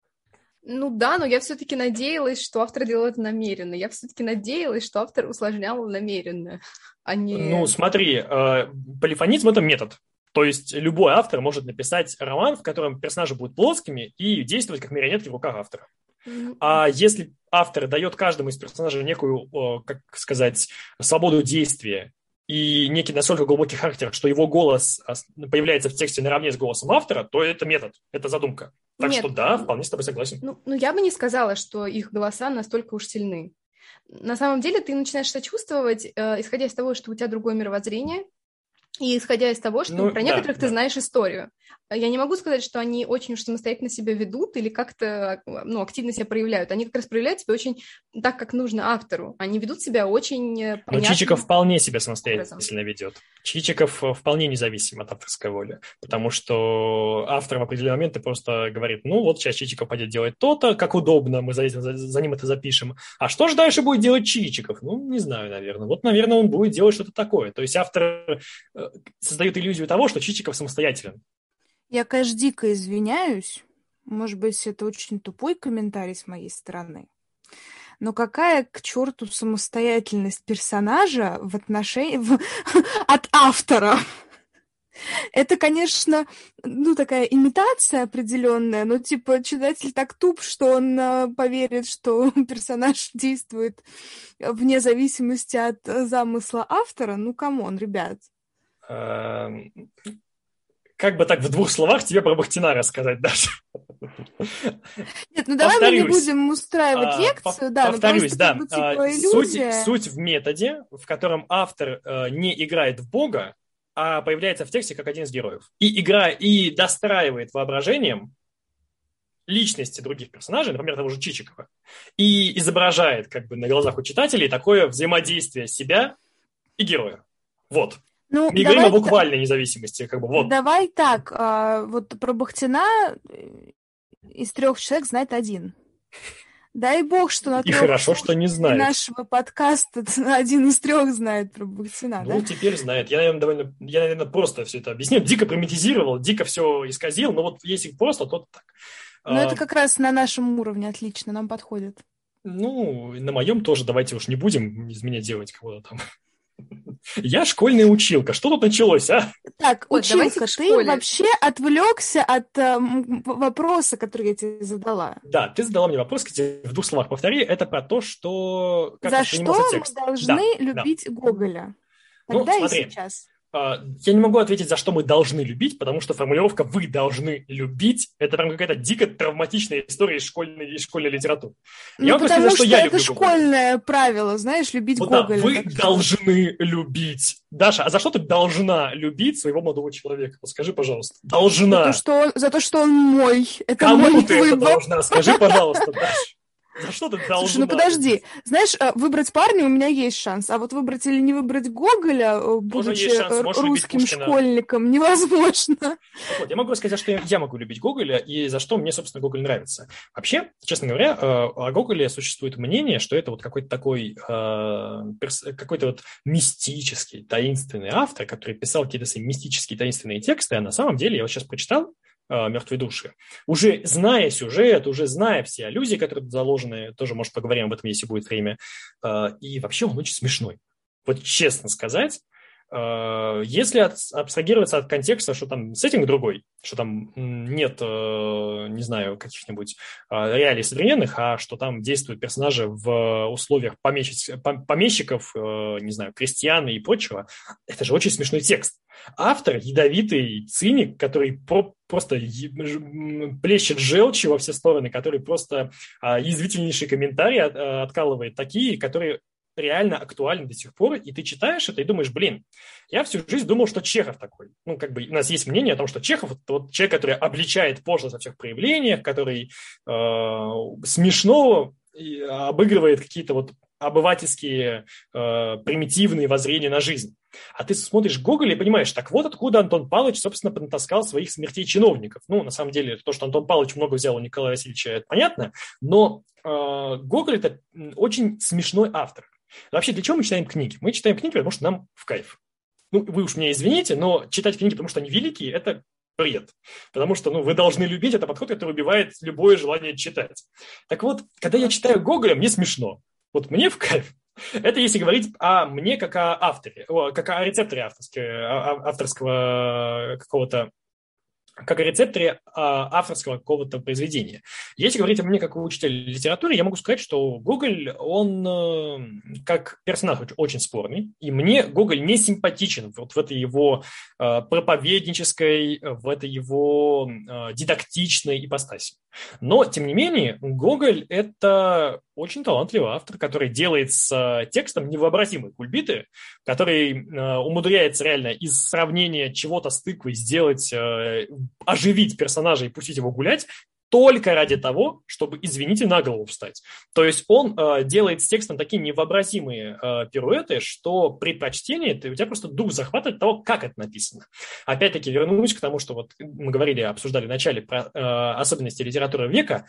Ну да, но я все-таки надеялась, что автор делал это намеренно. Я все-таки надеялась, что автор усложнял намеренно, а не... Ну, смотри, э, полифонизм – это метод. То есть любой автор может написать роман, в котором персонажи будут плоскими и действовать как марионетки в руках автора. Mm-hmm. А если автор дает каждому из персонажей некую, как сказать, свободу действия и некий настолько глубокий характер, что его голос появляется в тексте наравне с голосом автора, то это метод, это задумка. Так Нет, что да, вполне с тобой согласен. Ну, ну, я бы не сказала, что их голоса настолько уж сильны. На самом деле ты начинаешь сочувствовать, э, исходя из того, что у тебя другое мировоззрение, и исходя из того, что ну, про некоторых да, ты да. знаешь историю. Я не могу сказать, что они очень уж самостоятельно себя ведут или как-то ну, активно себя проявляют. Они как раз проявляют себя очень так, как нужно автору. Они ведут себя очень понятно. Но Чичиков вполне себя самостоятельно образом. ведет. Чичиков вполне независим от авторской воли, потому что автор в определенный момент и просто говорит, ну вот сейчас Чичиков пойдет делать то-то, как удобно, мы за, за, за ним это запишем. А что же дальше будет делать Чичиков? Ну, не знаю, наверное. Вот, наверное, он будет делать что-то такое. То есть автор создает иллюзию того, что Чичиков самостоятелен. Я, конечно, дико извиняюсь. Может быть, это очень тупой комментарий с моей стороны. Но какая к черту самостоятельность персонажа в отношении в... от автора? Это, конечно, ну, такая имитация определенная, но, типа, читатель так туп, что он а, поверит, что персонаж действует вне зависимости от замысла автора. Ну, камон, ребят. Как бы так в двух словах тебе про Бахтина рассказать даже? Нет, ну давай повторюсь, мы не будем устраивать а, лекцию. Да, повторюсь, ну, да. Как бы, типа, а, суть, суть в методе, в котором автор а, не играет в Бога, а появляется в тексте как один из героев. И, игра, и достраивает воображением личности других персонажей, например, того же Чичикова, и изображает как бы на глазах у читателей такое взаимодействие себя и героя. Вот. Ну, Мы говорим о буквальной независимости. Как бы, вот. Давай так, а, вот про Бахтина из трех человек знает один. Дай бог, что на и хорошо, что не знает. Нашего подкаста один из трех знает про Бахтина, ну, да? теперь знает. Я, наверное, довольно, я, наверное, просто все это объяснил. Дико примитизировал, дико все исказил, но вот если просто, то так. Ну, а, это как раз на нашем уровне отлично, нам подходит. Ну, на моем тоже давайте уж не будем из меня делать кого-то там. Я школьная училка. Что тут началось, а? Так, вот, училка, ты вообще отвлекся от э, вопроса, который я тебе задала. Да, ты задала мне вопрос, кстати, в двух словах повтори. Это про то, что... Как За что мы должны да, любить да. Гоголя? Тогда ну, смотри, и сейчас. Я не могу ответить, за что мы должны любить, потому что формулировка «вы должны любить» — это прям какая-то дико травматичная история из школьной, из школьной литературы. Ну, я могу сказать, за что, что я это школьное Гоголя. Правило, знаешь, любить вот Гоголя. Да, вы должны любить. Даша, а за что ты должна любить своего молодого человека? Вот скажи, пожалуйста. Должна. За то, что он, за то, что он мой. Это Кому мой ты выбор. это должна? Скажи, пожалуйста, Даша. За что ты должна? Слушай, ну подожди. Знаешь, выбрать парня у меня есть шанс, а вот выбрать или не выбрать Гоголя, будучи русским школьником, невозможно. Вот, я могу сказать, что я могу любить Гоголя, и за что мне, собственно, Гоголь нравится. Вообще, честно говоря, о Гоголе существует мнение, что это вот какой-то такой, какой-то вот мистический, таинственный автор, который писал какие-то свои мистические, таинственные тексты, а на самом деле, я вот сейчас прочитал «Мертвые души». Уже зная сюжет, уже зная все аллюзии, которые тут заложены, тоже, может, поговорим об этом, если будет время. И вообще он очень смешной. Вот честно сказать, если абстрагироваться от контекста, что там сеттинг другой, что там нет, не знаю, каких-нибудь реалий современных, а что там действуют персонажи в условиях помещиков, не знаю, крестьян и прочего, это же очень смешной текст. Автор ядовитый циник, который просто плещет желчью во все стороны, который просто язвительнейшие комментарии откалывает, такие, которые реально актуальны до сих пор, и ты читаешь это и думаешь, блин, я всю жизнь думал, что Чехов такой. Ну, как бы у нас есть мнение о том, что Чехов – это вот человек, который обличает пошлость во всех проявлениях, который э, смешно обыгрывает какие-то вот обывательские э, примитивные воззрения на жизнь. А ты смотришь Гоголя и понимаешь, так вот откуда Антон Павлович, собственно, понатаскал своих смертей чиновников. Ну, на самом деле, то, что Антон Павлович много взял у Николая Васильевича, это понятно, но э, Гоголь – это очень смешной автор. Вообще, для чего мы читаем книги? Мы читаем книги, потому что нам в кайф. Ну, вы уж меня извините, но читать книги, потому что они великие, это бред. Потому что, ну, вы должны любить, это подход, который убивает любое желание читать. Так вот, когда я читаю Гоголя, мне смешно. Вот мне в кайф. Это если говорить о мне как о авторе, как о рецепторе авторского, авторского какого-то, как о рецепторе авторского какого-то произведения. Если говорить о мне как о учителе литературы, я могу сказать, что Гоголь, он как персонаж очень спорный, и мне Гоголь не симпатичен вот в этой его проповеднической, в этой его дидактичной ипостаси. Но, тем не менее, Гоголь – это очень талантливый автор, который делает с текстом невообразимые кульбиты, который э, умудряется реально из сравнения чего-то с тыквой сделать, э, оживить персонажа и пустить его гулять только ради того, чтобы, извините, на голову встать. То есть он э, делает с текстом такие невообразимые э, пируэты, что при прочтении ты, у тебя просто дух захватывает от того, как это написано. Опять-таки вернусь к тому, что вот мы говорили, обсуждали в начале про э, особенности литературы века.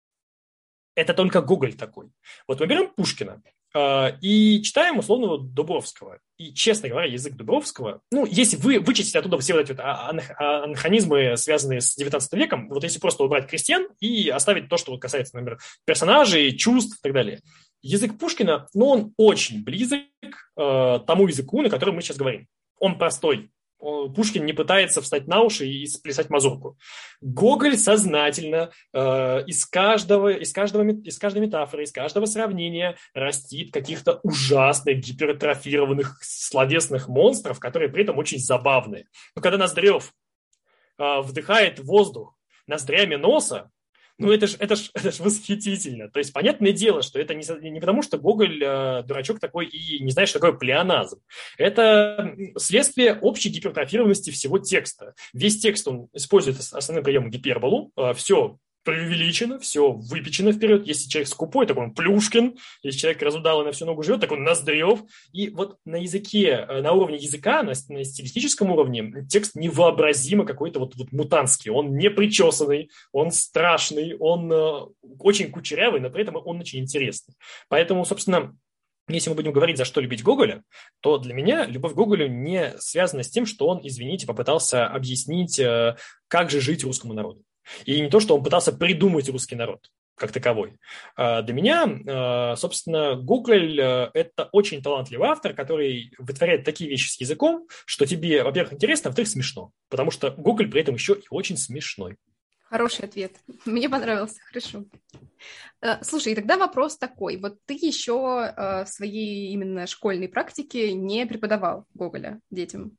Это только Гоголь такой. Вот мы берем Пушкина э, и читаем условного Дубровского. И, честно говоря, язык Дубровского, ну, если вы вычистите оттуда все вот эти вот анахронизмы, связанные с девятнадцатым веком, вот если просто убрать крестьян и оставить то, что касается, например, персонажей, чувств и так далее. Язык Пушкина, ну, он очень близок э, тому языку, на котором мы сейчас говорим. Он простой, Пушкин не пытается встать на уши и сплясать мазурку. Гоголь сознательно э, из, каждого, из, каждого, из каждой метафоры, из каждого сравнения растит каких-то ужасных, гипертрофированных словесных монстров, которые при этом очень забавные. Но когда Ноздрев э, вдыхает воздух ноздрями носа, ну, это ж, это, ж, это ж восхитительно. То есть, понятное дело, что это не, не потому, что Гоголь э, дурачок такой и не знает, что такое плеоназм. Это следствие общей гипертрофированности всего текста. Весь текст, он использует основным приемом гиперболу. Э, все преувеличено, все выпечено вперед. Если человек скупой, так он Плюшкин. Если человек разудалый на всю ногу живет, так он Ноздрев. И вот на языке, на уровне языка, на, на стилистическом уровне текст невообразимо какой-то вот, вот мутантский. Он не причесанный, он страшный, он э, очень кучерявый, но при этом он очень интересный. Поэтому, собственно, если мы будем говорить, за что любить Гоголя, то для меня любовь к Гоголю не связана с тем, что он, извините, попытался объяснить, э, как же жить русскому народу. И не то, что он пытался придумать русский народ как таковой. Для меня, собственно, Гоголь – это очень талантливый автор, который вытворяет такие вещи с языком, что тебе, во-первых, интересно, а во-вторых, смешно. Потому что Гоголь при этом еще и очень смешной. Хороший ответ. Мне понравился. Хорошо. Слушай, и тогда вопрос такой. Вот ты еще в своей именно школьной практике не преподавал Гоголя детям.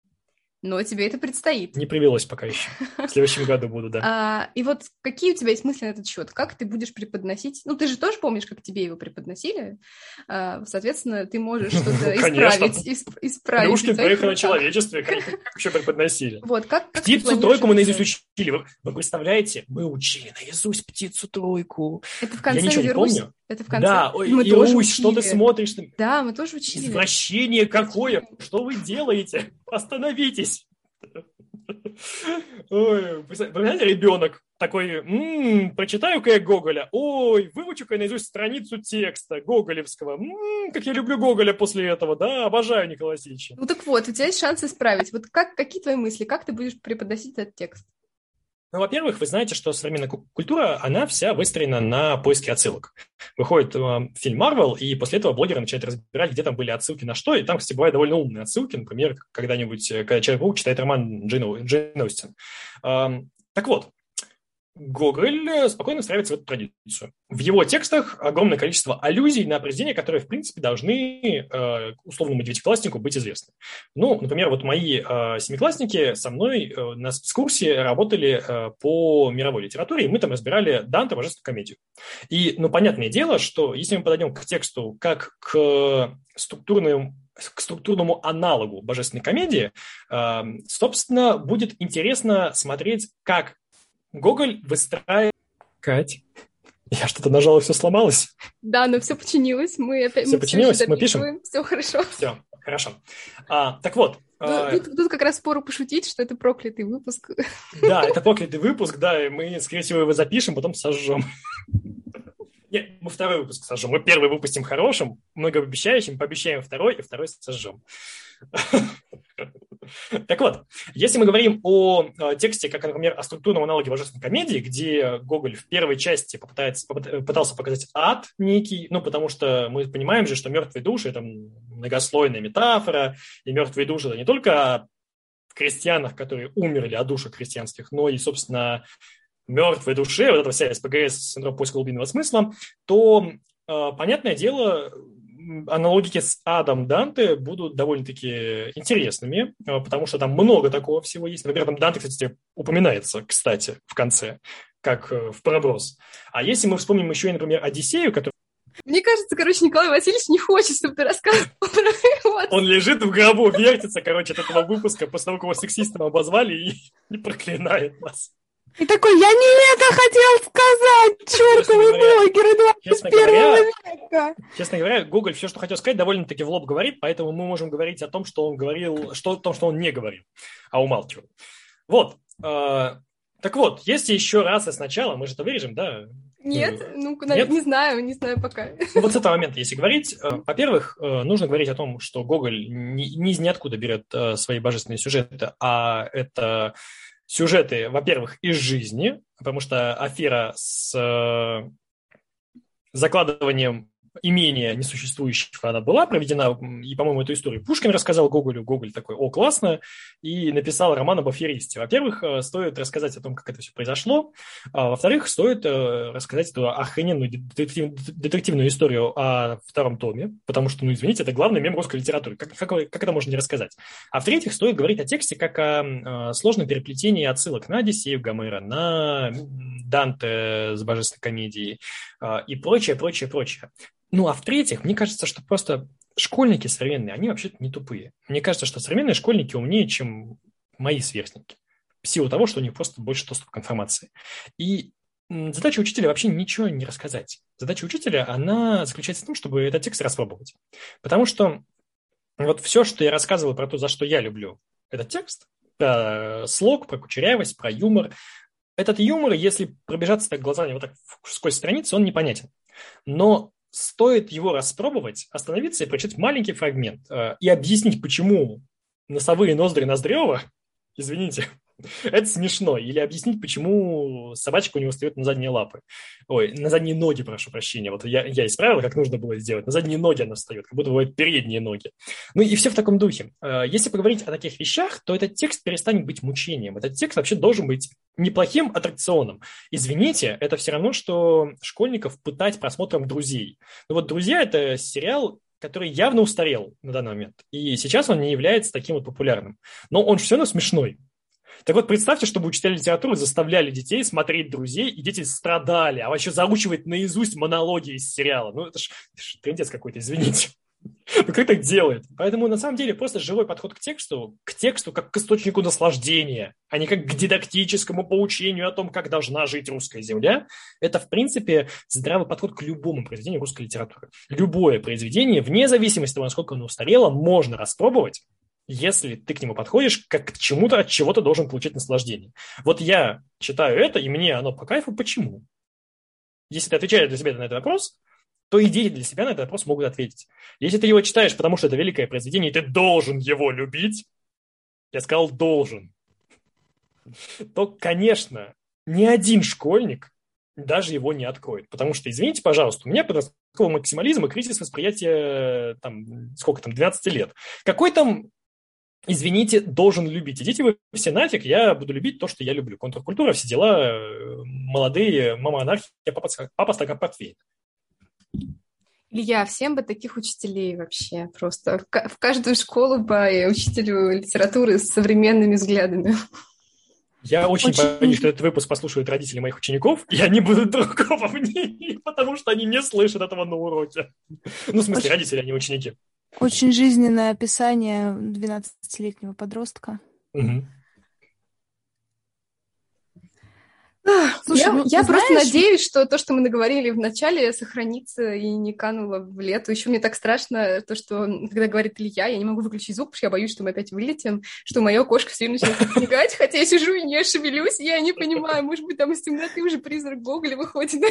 Но тебе это предстоит. Не привелось пока еще. В следующем году буду, да. А, и вот какие у тебя есть мысли на этот счет? Как ты будешь преподносить? Ну, ты же тоже помнишь, как тебе его преподносили. А, соответственно, ты можешь что-то исправить. исправить Плюшкин поехал на человечестве. Как еще преподносили? Вот, как, как Птицу-тройку мы наизусть учили. Вы, вы представляете? Мы учили наизусть птицу-тройку. Это в конце Я ничего не Русь? помню. Это в конце. Да, мы и тоже Русь, учили. что ты смотришь? Да, мы тоже учили. Извращение какое? Что вы делаете? Остановитесь. Ой, представляете, ребенок такой, м-м, прочитаю-ка я Гоголя, ой, выучу-ка я наизусть страницу текста гоголевского, м-м, как я люблю Гоголя после этого, да, обожаю Николая Васильевича. Ну так вот, у тебя есть шанс исправить. Вот как, какие твои мысли, как ты будешь преподносить этот текст? Ну, во-первых, вы знаете, что современная культура, она вся выстроена на поиске отсылок. Выходит э, фильм «Марвел», и после этого блогеры начинают разбирать, где там были отсылки на что, и там, кстати, бывают довольно умные отсылки, например, когда-нибудь, когда Человек-паук читает роман Джейн, Джейн Остин. Э, так вот, Гоголь спокойно встраивается в эту традицию. В его текстах огромное количество аллюзий на произведения, которые, в принципе, должны э, условному девятикласснику быть известны. Ну, например, вот мои э, семиклассники со мной э, на спецкурсе работали э, по мировой литературе, и мы там разбирали Данте, Божественную комедию. И, ну, понятное дело, что если мы подойдем к тексту как к структурному к структурному аналогу Божественной комедии, э, собственно, будет интересно смотреть, как Гоголь выстраивает... Кать, я что-то нажала, все сломалось? Да, но все починилось. Мы опять все мы починилось, все мы пишем? Все хорошо. Все, хорошо. А, так вот. Ну, а... тут, тут как раз спору пошутить, что это проклятый выпуск. Да, это проклятый выпуск, да, и мы, скорее всего, его запишем, потом сожжем. Нет, мы второй выпуск сожжем. Мы первый выпустим хорошим, многообещающим, пообещаем второй, и второй сожжем. Так вот, если мы говорим о тексте, как, например, о структурном аналоге Божественной комедии, где Гоголь в первой части попытается, пытался показать ад некий, ну, потому что мы понимаем же, что мертвые души – это многослойная метафора, и мертвые души – это не только о крестьянах, которые умерли, о душах крестьянских, но и, собственно, мертвой душе, вот эта вся СПГС, синдром поиска глубинного смысла, то, понятное дело, аналогики с адом Данте будут довольно-таки интересными, потому что там много такого всего есть. Например, там Данте, кстати, упоминается, кстати, в конце, как в проброс. А если мы вспомним еще и, например, Одиссею, который... Мне кажется, короче, Николай Васильевич не хочет, чтобы ты рассказывал про его. Он лежит в гробу, вертится, короче, от этого выпуска, после того, как его сексистом обозвали, и не проклинает нас. И такой, я не это хотел сказать, чертовы блогеры двадцать первого века. Честно говоря, Гоголь все, что хотел сказать, довольно-таки в лоб говорит, поэтому мы можем говорить о том, что он говорил, что, о том, что он не говорил, а умалчивал. Вот. Э, так вот, если еще раз и сначала, мы же это вырежем, да? Нет, ну, Нет? не знаю, не знаю пока. Ну, вот с этого момента, если говорить, э, во-первых, э, нужно говорить о том, что Гоголь ни, ни из ниоткуда берет э, свои божественные сюжеты, а это... Сюжеты, во-первых, из жизни, потому что афера с э, закладыванием имения несуществующего она была проведена, и, по-моему, эту историю Пушкин рассказал Гоголю. Гоголь такой: о, классно, и написал роман об аферисте. Во-первых, стоит рассказать о том, как это все произошло, а во-вторых, стоит рассказать эту охрененную детективную историю о втором томе, потому что, ну, извините, это главный мем русской литературы. Как, как, как это можно не рассказать? А в-третьих, стоит говорить о тексте как о сложном переплетении отсылок на Одиссею Гомера, на Данте с божественной комедией и прочее, прочее, прочее. Ну, а в-третьих, мне кажется, что просто школьники современные, они вообще-то не тупые. Мне кажется, что современные школьники умнее, чем мои сверстники, в силу того, что у них просто больше доступа к информации. И задача учителя вообще ничего не рассказать. Задача учителя, она заключается в том, чтобы этот текст распробовать. Потому что вот все, что я рассказывал про то, за что я люблю этот текст, про слог, про кучерявость, про юмор, этот юмор, если пробежаться так глазами вот так сквозь страницу, он непонятен. Но стоит его распробовать, остановиться и прочитать маленький фрагмент э, и объяснить, почему носовые ноздри Ноздрева, извините, это смешно. Или объяснить, почему собачка у него встает на задние лапы. Ой, на задние ноги, прошу прощения. Вот я, я исправил, как нужно было сделать. На задние ноги она встает, как будто бывают передние ноги. Ну и все в таком духе. Если поговорить о таких вещах, то этот текст перестанет быть мучением. Этот текст вообще должен быть неплохим аттракционом. Извините, это все равно, что школьников пытать просмотром «Друзей». Ну вот «Друзья» — это сериал, который явно устарел на данный момент. И сейчас он не является таким вот популярным. Но он все равно смешной. Так вот, представьте, чтобы учителя литературы заставляли детей смотреть «Друзей», и дети страдали, а еще заучивать наизусть монологи из сериала. Ну, это ж, это ж трындец какой-то, извините. Ну, как так делает? Поэтому, на самом деле, просто живой подход к тексту, к тексту как к источнику наслаждения, а не как к дидактическому поучению о том, как должна жить русская земля, это, в принципе, здравый подход к любому произведению русской литературы. Любое произведение, вне зависимости от того, насколько оно устарело, можно распробовать, если ты к нему подходишь как к чему-то, от чего ты должен получать наслаждение. Вот я читаю это, и мне оно по кайфу. Почему? Если ты отвечаешь для себя на этот вопрос, то и дети для себя на этот вопрос могут ответить. Если ты его читаешь, потому что это великое произведение, и ты должен его любить, я сказал «должен», то, конечно, ни один школьник даже его не откроет. Потому что, извините, пожалуйста, у меня подростковый максимализм и кризис восприятия, там, сколько там, двенадцать лет. Какой там, извините, должен любить? Идите вы все нафиг, я буду любить то, что я люблю. Контркультура, все дела, молодые, мама анархия, папа, папа стакан портвейна. Илья, всем бы таких учителей вообще просто. В каждую школу по учителю литературы с современными взглядами. Я очень, очень боюсь, что этот выпуск послушают родители моих учеников, и они будут другого мнения, потому что они не слышат этого на уроке. Ну, в смысле, очень... родители, а не ученики. Очень жизненное описание двенадцатилетнего подростка. Угу. Слушай, я, ну, я просто знаешь... надеюсь, что то, что мы наговорили в начале, сохранится и не кануло в лету. Еще мне так страшно, то, что, когда говорит Илья, я не могу выключить звук, потому что я боюсь, что мы опять вылетим, что моя кошка все время начинает мигать, хотя я сижу и не шевелюсь, я не понимаю, может быть, там из темноты уже призрак Гоголя выходит.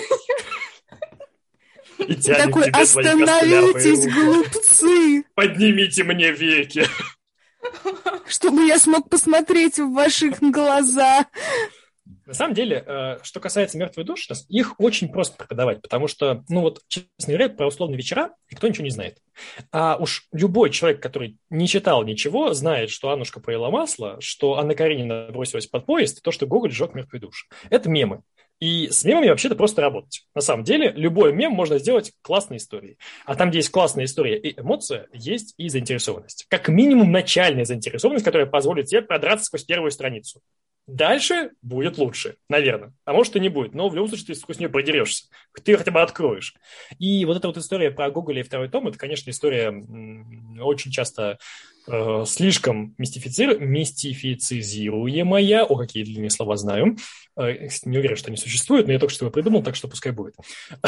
И такой: остановитесь, глупцы! Поднимите мне веки! Чтобы я смог посмотреть в ваши глаза. На самом деле, что касается «Мертвых душ», их очень просто преподавать, потому что, ну вот, честно говоря, про условные вечера никто ничего не знает. А уж любой человек, который не читал ничего, знает, что Аннушка поела масло, что Анна Каренина бросилась под поезд, и то, что Гоголь сжег мертвые души. Это мемы. И с мемами вообще-то просто работать. На самом деле, любой мем можно сделать классной историей. А там, где есть классная история и эмоция, есть и заинтересованность. Как минимум начальная заинтересованность, которая позволит тебе продраться сквозь первую страницу. Дальше будет лучше, наверное. А может и не будет, но в любом случае ты сквозь нее продерешься. Ты ее хотя бы откроешь. И вот эта вот история про Гоголя и второй том, это, конечно, история м- очень часто э, слишком мистифици- мистифицизируемая. О, какие длинные слова знаю. Э, не уверен, что они существуют, но я только что его придумал, так что пускай будет.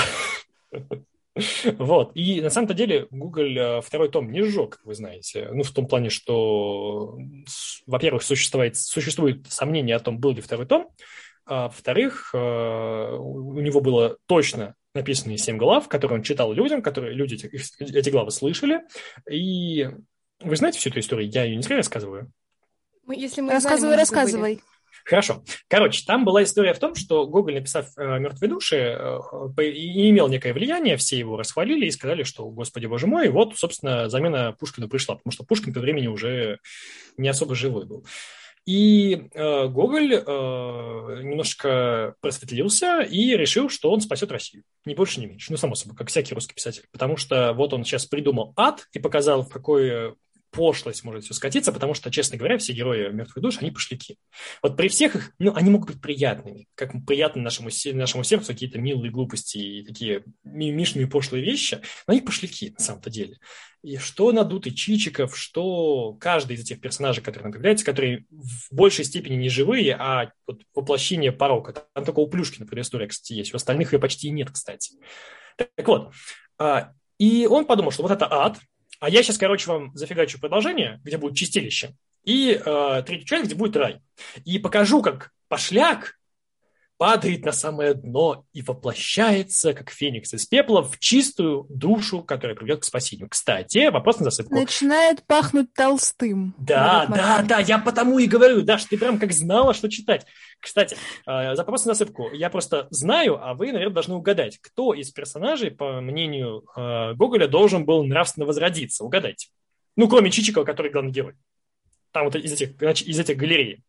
Вот. И на самом-то деле Гоголь второй том не сжег, как вы знаете. Ну, в том плане, что, во-первых, существует, существует сомнение о том, был ли второй том. А во-вторых, у него было точно написаны семь глав, которые он читал людям, которые люди эти, эти главы слышали. И вы знаете всю эту историю? Я ее не зря рассказываю. Мы, если мы рассказывай, знаем, рассказывай. Хорошо. Короче, там была история в том, что Гоголь, написав «Мертвые души», имел некое влияние, все его расхвалили и сказали, что, господи, боже мой, вот, собственно, замена Пушкину пришла, потому что Пушкин к тому времени уже не особо живой был. И э, Гоголь э, немножко просветлился и решил, что он спасет Россию. Ни больше, ни меньше. Ну, само собой, как всякий русский писатель. Потому что вот он сейчас придумал ад и показал, в какой пошлость может все скатиться, потому что, честно говоря, все герои «Мертвых душ», они пошляки. Вот при всех их, ну, они могут быть приятными, как приятны нашему, нашему сердцу какие-то милые глупости и такие мимишные пошлые вещи, но они пошляки на самом-то деле. И что надутый Чичиков, что каждый из этих персонажей, которые нам появляются, которые в большей степени не живые, а вот воплощение порока. Там только у Плюшкина предыстория, кстати, есть, у остальных ее почти нет, кстати. Так вот, и он подумал, что вот это ад. А я сейчас, короче, вам зафигачу продолжение, где будет чистилище, и э, третью часть, где будет рай. И покажу, как пошляк падает на самое дно и воплощается, как феникс из пепла, в чистую душу, которая приведет к спасению. Кстати, вопрос на засыпку. Начинает пахнуть Толстым. Да, да, да, я потому и говорю, Даш, ты прям как знала, что читать. Кстати, э, вопрос на засыпку. Я просто знаю, а вы, наверное, должны угадать, кто из персонажей, по мнению э, Гоголя, должен был нравственно возродиться. Угадайте. Ну, кроме Чичикова, который главный герой. Там вот из этих, из этих галерей.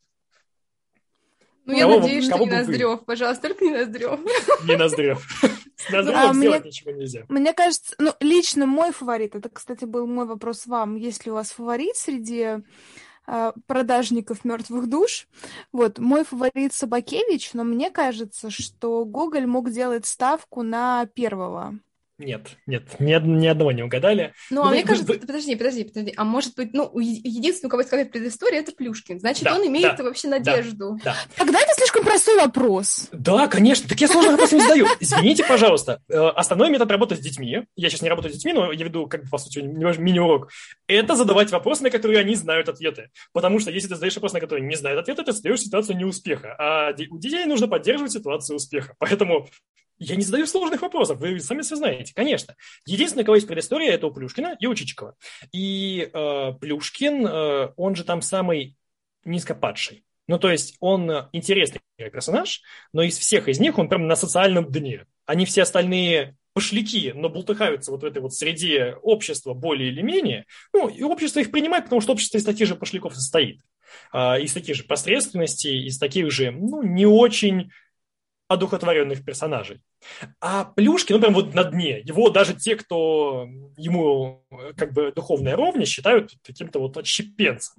Ну, я кого, надеюсь, что не Ноздрев. Вы? Пожалуйста, только не Ноздрев. Не Ноздрев. С Ноздревым сделать ничего нельзя. Мне кажется, ну, лично мой фаворит, это, кстати, был мой вопрос вам, есть ли у вас фаворит среди э, продажников «Мертвых душ». Вот, мой фаворит Собакевич, но мне кажется, что Гоголь мог делать ставку на первого. Нет, нет, ни, ни одного не угадали. Ну, а вы, мне кажется, вы... подожди, подожди, подожди, а может быть, ну, единственный, у кого есть какая-то предыстория, это Плюшкин, значит, да, он имеет да, вообще надежду. Да, да. Тогда это слишком простой вопрос. Да, конечно, так я сложный вопрос не задаю. Извините, пожалуйста, основной метод работы с детьми, я сейчас не работаю с детьми, но я веду, как бы, по сути, мини-урок, это задавать вопросы, на которые они знают ответы. Потому что если ты задаешь вопрос, на который не знают ответы, ты создаешь ситуацию неуспеха. А у детей нужно поддерживать ситуацию успеха. Поэтому... Я не задаю сложных вопросов, вы сами все знаете, конечно. Единственное, у кого есть предыстория, это у Плюшкина и у Чичикова. И э, Плюшкин, э, он же там самый низкопадший. Ну, то есть он интересный персонаж, но из всех из них он прям на социальном дне. Они все остальные пошляки, но бултыхаются вот в этой вот среде общества более или менее. Ну, и общество их принимает, потому что общество из таких же пошляков состоит. Э, из таких же посредственностей, из таких же, ну, не очень... одухотворенных персонажей. А Плюшкин, ну, прям вот на дне. Его даже те, кто ему как бы духовная ровня, считают каким-то вот отщепенцем.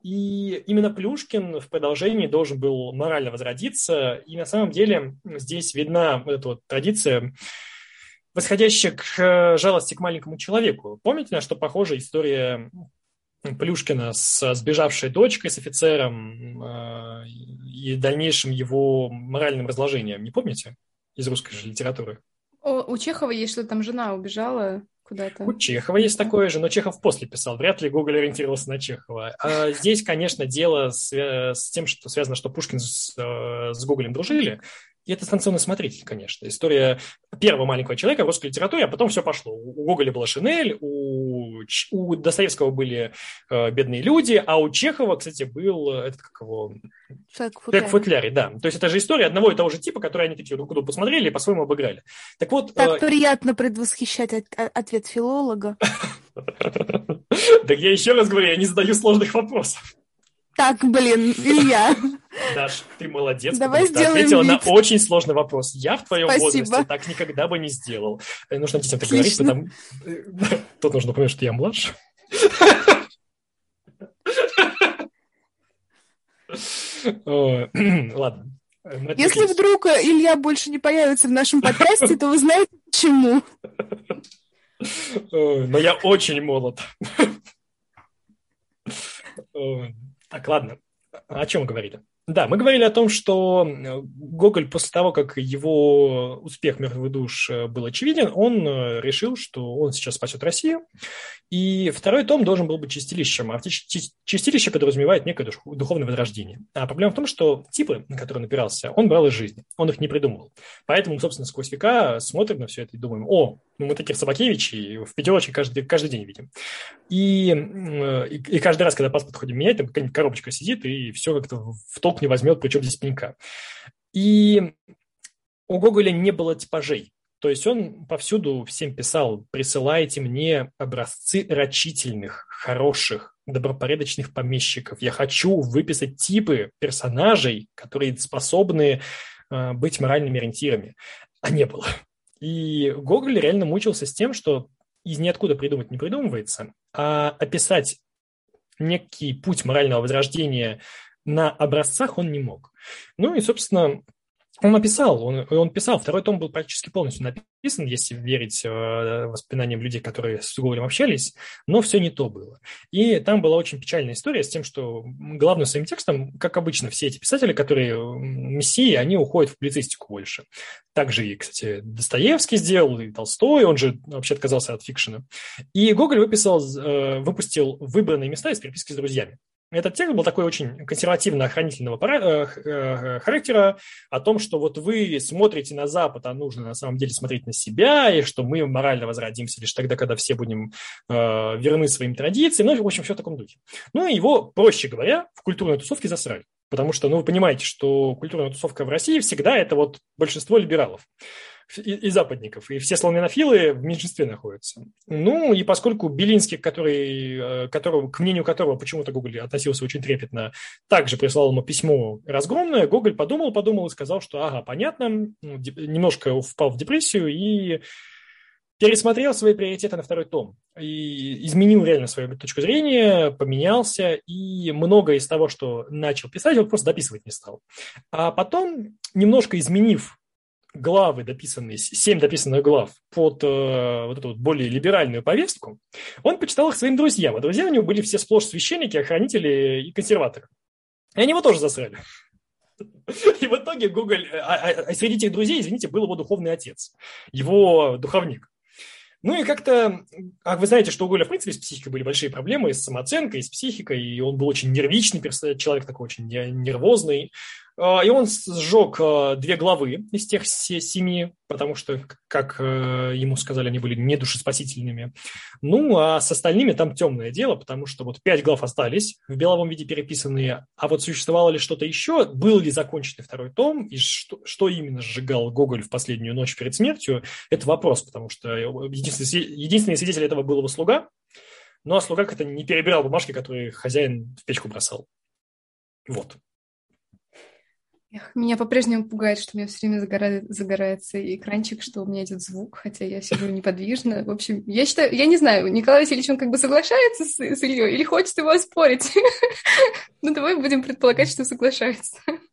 И именно Плюшкин в продолжении должен был морально возродиться. И на самом деле здесь видна вот эта вот традиция, восходящая к жалости к маленькому человеку. Помните, на что похожа история Плюшкина с сбежавшей дочкой, с офицером э, и дальнейшим его моральным разложением? Не помните? Из русской же литературы. О, у Чехова есть, что там жена убежала куда-то. У Чехова есть такое же, но Чехов после писал. Вряд ли Гоголь ориентировался на Чехова. А здесь, конечно, дело с, с тем, что связано, что Пушкин с, с Гоголем дружили. И это станционный смотритель, конечно. История первого маленького человека в русской литературе, а потом все пошло. У Гоголя была Шинель, у, у Достоевского были э, бедные люди, а у Чехова, кстати, был этот, как его... Человек в футляре, да. То есть это же история одного и того же типа, которые они такие друг друга посмотрели и по-своему обыграли. Так вот... Так приятно предвосхищать ответ филолога. Так я еще раз говорю, я не задаю сложных вопросов. Так, блин, Илья. Даш, ты молодец, Давай потому что ответила вид. на очень сложный вопрос. Я в твоем Спасибо. возрасте так никогда бы не сделал. Нужно детям так говорить, потому... Тут нужно упомянуть, что я младше. Ладно. Если вдруг Илья больше не появится в нашем подкасте, то вы знаете почему. Но я очень молод. Так, ладно. О чем мы говорили? Да, мы говорили о том, что Гоголь после того, как его успех «Мертвых душ» был очевиден, он решил, что он сейчас спасет Россию. И второй том должен был быть чистилищем. А чистилище подразумевает некое духовное возрождение. А проблема в том, что типы, на которые он опирался, он брал из жизни. Он их не придумывал. Поэтому мы, собственно, сквозь века смотрим на все это и думаем: о, ну мы таких Собакевичей в пятерочке каждый, каждый день видим. И, и, и каждый раз, когда паспорт ходим менять, там какая-нибудь коробочка сидит, и все как-то втолкнуто не возьмет, причем здесь пенька. И у Гоголя не было типажей. То есть он повсюду всем писал: присылайте мне образцы рачительных, хороших, добропорядочных помещиков. Я хочу выписать типы персонажей, которые способны э, быть моральными ориентирами. А не было. И Гоголь реально мучился с тем, что из ниоткуда придумать не придумывается, а описать некий путь морального возрождения на образцах он не мог. Ну и, собственно, он написал, он, он писал, второй том был практически полностью написан, если верить э, воспоминаниям людей, которые с Гоголем общались, но все не то было. И там была очень печальная история с тем, что главным своим текстом, как обычно, все эти писатели, которые мессии, они уходят в публицистику больше. Также и, кстати, Достоевский сделал, и Толстой, он же вообще отказался от фикшена. И Гоголь выписал, э, выпустил выбранные места из переписки с друзьями. Этот текст был такой очень консервативно-охранительного характера, о том, что вот вы смотрите на Запад, а нужно на самом деле смотреть на себя, и что мы морально возродимся лишь тогда, когда все будем э, верны своим традициям. Ну, в общем, все в таком духе. Ну, и его, проще говоря, в культурной тусовке засрали. Потому что, ну, вы понимаете, что культурная тусовка в России всегда это вот большинство либералов и, и западников, и все славянофилы в меньшинстве находятся. Ну, и поскольку Белинский, который, которого, к мнению которого почему-то Гоголь относился очень трепетно, также прислал ему письмо разгромное, Гоголь подумал, подумал и сказал, что ага, понятно, немножко впал в депрессию и пересмотрел свои приоритеты на второй том. И изменил реально свою точку зрения, поменялся, и многое из того, что начал писать, он просто дописывать не стал. А потом, немножко изменив главы, дописанные, семь дописанных глав под э, вот эту вот более либеральную повестку, он почитал их своим друзьям. А друзья у него были все сплошь священники, охранители и консерваторы. И они его тоже засрали. И в итоге Гоголь, а, а среди этих друзей, извините, был его духовный отец, его духовник. Ну и как-то, а вы знаете, что у Гоголя, в принципе, с психикой были большие проблемы, с самооценкой, с психикой, и он был очень нервичный человек, такой очень нервозный. И он сжег две главы из тех семи, потому что, как ему сказали, они были недушеспасительными. Ну, а с остальными там темное дело, потому что вот пять глав остались в беловом виде переписанные, а вот существовало ли что-то еще, был ли законченный второй том, и что, что именно сжигал Гоголь в последнюю ночь перед смертью, это вопрос, потому что единственный, единственный свидетель этого был его слуга, ну, а слуга как-то не перебирал бумажки, которые хозяин в печку бросал. Вот. Эх, меня по-прежнему пугает, что у меня все время загорает, загорается экранчик, что у меня идет звук, хотя я сижу неподвижно. В общем, я считаю, я не знаю, Николай Васильевич, он как бы соглашается с, с Ильей или хочет его оспорить? Ну, давай будем предполагать, что соглашается.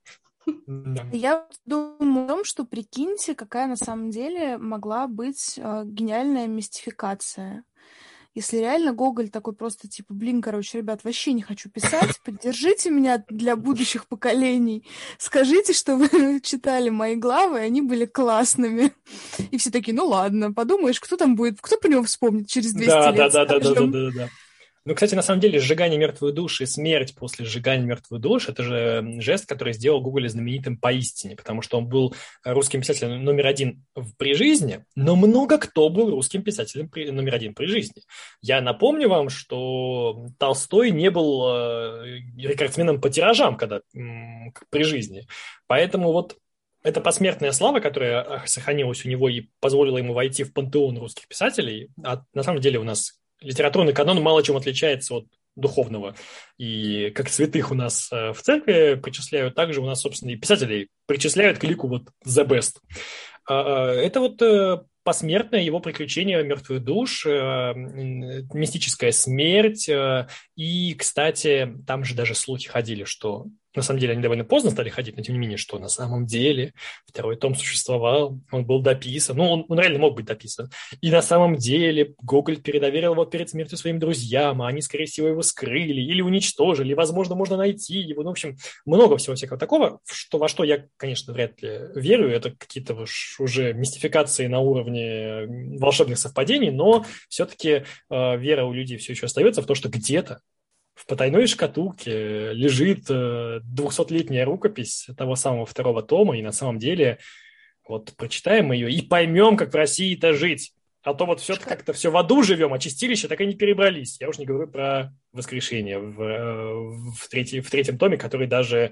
Я думаю о том, что прикиньте, какая на самом деле могла быть э, гениальная мистификация. Если реально Гоголь такой просто типа, блин, короче, ребят, вообще не хочу писать, поддержите меня для будущих поколений, скажите, что вы читали мои главы, они были классными. И все такие, ну ладно, подумаешь, кто там будет, кто про него вспомнит через двести да, лет, да, да, да, да, да, да. Ну, кстати, на самом деле, сжигание мертвых душ и смерть после сжигания мертвых душ – это же жест, который сделал Гоголя знаменитым поистине, потому что он был русским писателем номер один при жизни, но много кто был русским писателем при, номер один при жизни. Я напомню вам, что Толстой не был э, рекордсменом по тиражам когда, м, при жизни, поэтому вот эта посмертная слава, которая сохранилась у него и позволила ему войти в пантеон русских писателей, а на самом деле у нас литературный канон мало чем отличается от духовного. И как святых у нас в церкви причисляют, также у нас, собственно, и писателей причисляют к лику вот the best. Это вот посмертное его приключение мертвых душ, мистическая смерть. И, кстати, там же даже слухи ходили, что на самом деле они довольно поздно стали ходить, но тем не менее, что на самом деле второй том существовал, он был дописан, ну, он, он реально мог быть дописан. И на самом деле Гоголь передоверил его перед смертью своим друзьям, а они, скорее всего, его скрыли или уничтожили, возможно, можно найти его. Ну, в общем, много всего всякого такого, что, во что я, конечно, вряд ли верю. Это какие-то уже мистификации на уровне волшебных совпадений, но все-таки э, вера у людей все еще остается в то, что где-то в потайной шкатулке лежит двухсотлетняя рукопись того самого второго тома, и на самом деле вот прочитаем ее и поймем, как в России-то жить. А то вот все как-то все в аду живем, а чистилища так и не перебрались. Я уж не говорю про воскрешение в, в, третий, в третьем томе, который даже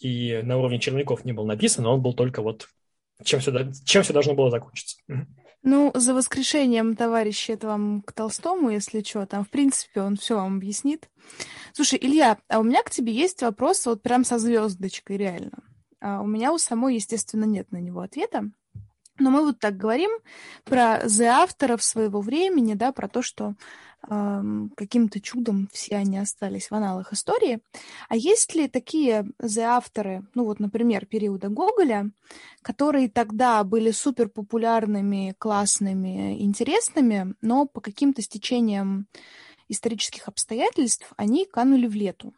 и на уровне черновиков не был написан, он был только вот чем все, чем все должно было закончиться. Ну, за воскрешением товарища, это вам к Толстому, если что, там, в принципе, он все вам объяснит. Слушай, Илья, а у меня к тебе есть вопрос вот прям со звездочкой, реально. А у меня у самой, естественно, нет на него ответа. Но мы вот так говорим про the-авторов своего времени, да, про то, что э, каким-то чудом все они остались в аналах истории. А есть ли такие the-авторы, ну вот, например, периода Гоголя, которые тогда были суперпопулярными, классными, интересными, но по каким-то стечениям исторических обстоятельств они канули в лету?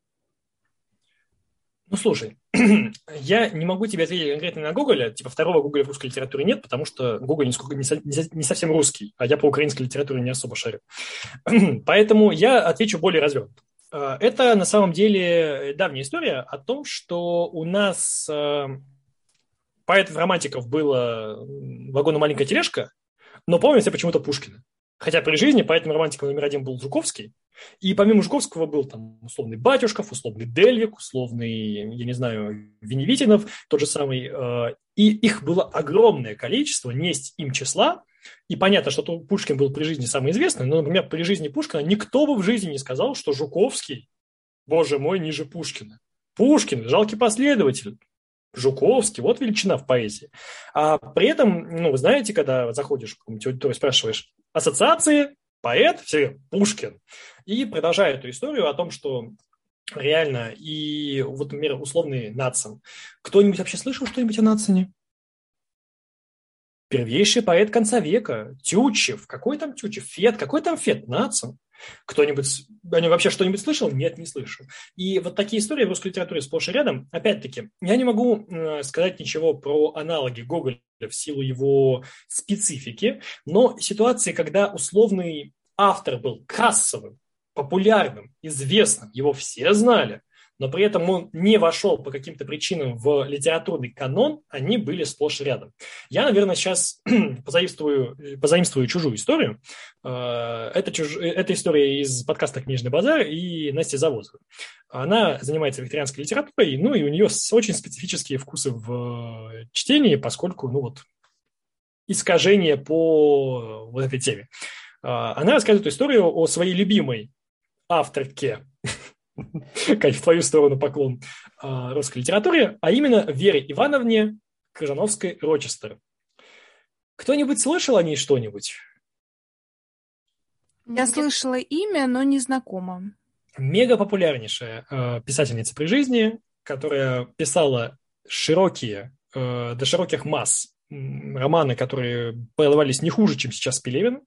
Ну, слушай, я не могу тебе ответить конкретно на Гоголя. Типа второго Гоголя в русской литературе нет, потому что Гоголь нисколько, не, со, не совсем русский, а я по украинской литературе не особо шарю. Поэтому я отвечу более развернуто. Это на самом деле давняя история о том, что у нас поэтов-романтиков было «Вагон и маленькая тележка», но помню все почему-то Пушкина. Хотя при жизни поэтом-романтиком номер один был Жуковский, и помимо Жуковского был там условный Батюшков, условный Дельвик, условный, я не знаю, Веневитинов, тот же самый. И их было огромное количество, не есть им числа. И понятно, что Пушкин был при жизни самый известный, но, например, при жизни Пушкина никто бы в жизни не сказал, что Жуковский, боже мой, ниже Пушкина. Пушкин – жалкий последователь. Жуковский, вот величина в поэзии. А при этом, ну, вы знаете, когда заходишь в какую-нибудь аудиторию, спрашиваешь ассоциации, поэт, все, Пушкин. И продолжаю эту историю о том, что реально, и вот, например, условный Нацин. Кто-нибудь вообще слышал что-нибудь о Нацине? Первейший поэт конца века, Тютчев. Какой там Тютчев? Фет. Какой там Фет? Нацин. Кто-нибудь, они вообще что-нибудь слышал? Нет, не слышал. И вот такие истории в русской литературе сплошь и рядом. Опять-таки, я не могу э, сказать ничего про аналоги Гоголя в силу его специфики, но ситуации, когда условный автор был кассовым, популярным, известным, его все знали, но при этом он не вошел по каким-то причинам в литературный канон, они были сплошь и рядом. Я, наверное, сейчас позаимствую, позаимствую чужую историю. Это, чуж... Это история из подкаста «Книжный базар» и Насти Завозовой. Она занимается викторианской литературой, ну и у нее очень специфические вкусы в чтении, поскольку, ну вот, искажение по вот этой теме. Она рассказывает историю о своей любимой авторке, Кать, в твою сторону поклон э, русской литературе, а именно Вере Ивановне Крыжановской-Рочестер. Кто-нибудь слышал о ней что-нибудь? Я слышала имя, но не знакома. Мега популярнейшая э, писательница при жизни, которая писала широкие, э, до широких масс романы, которые продавались не хуже, чем сейчас Пелевин.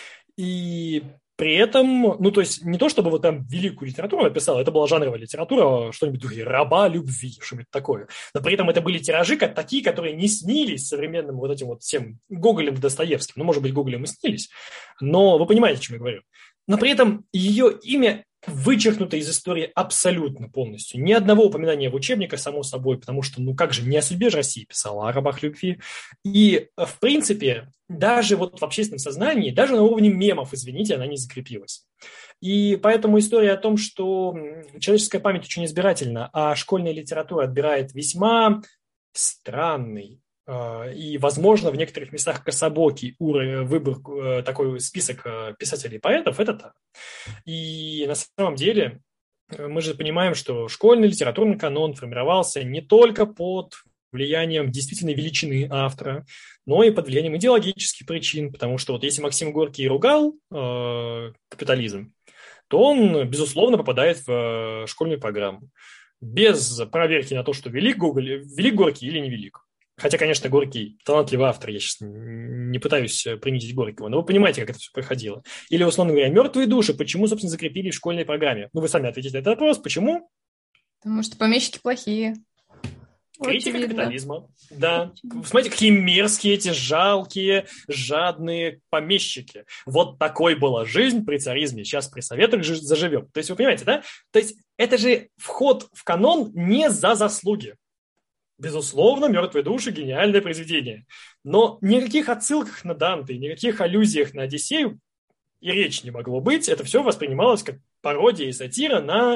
И при этом, ну, то есть не то, чтобы вот там великую литературу написала, это была жанровая литература, что-нибудь в духе «Раба любви», что-нибудь такое. Но при этом это были тиражи как такие, которые не снились современным вот этим вот всем Гоголем, Достоевским. Ну, может быть, Гоголем и снились, но вы понимаете, о чем я говорю. Но при этом ее имя вычеркнуто из истории абсолютно полностью. Ни одного упоминания в учебниках, само собой, потому что, ну как же, не о судьбе же России писала, а о рабах любви. И, в принципе, даже вот в общественном сознании, даже на уровне мемов, извините, она не закрепилась. И поэтому история о том, что человеческая память очень избирательна, а школьная литература отбирает весьма странный и, возможно, в некоторых местах кособокий выбор, такой список писателей и поэтов, это так. И на самом деле мы же понимаем, что школьный литературный канон формировался не только под влиянием действительной величины автора, но и под влиянием идеологических причин, потому что вот если Максим Горький ругал э, капитализм, то он, безусловно, попадает в школьную программу. Без проверки на то, что велик, Гоголь, велик Горький или не велик. Хотя, конечно, Горький талантливый автор, я сейчас не пытаюсь принизить Горького, но вы понимаете, как это все происходило. Или, условно говоря, «Мертвые души», почему, собственно, закрепили в школьной программе? Ну, вы сами ответите на этот вопрос. Почему? Потому что помещики плохие. Критика капитализма. Да. Смотрите, какие мерзкие эти жалкие, жадные помещики. Вот такой была жизнь при царизме. Сейчас при советах заживем. То есть, вы понимаете, да? То есть, это же вход в канон не за заслуги. Безусловно, «Мертвые души» – гениальное произведение. Но никаких отсылках на Данте, никаких аллюзиях на Одиссею и речь не могло быть. Это все воспринималось как пародия и сатира на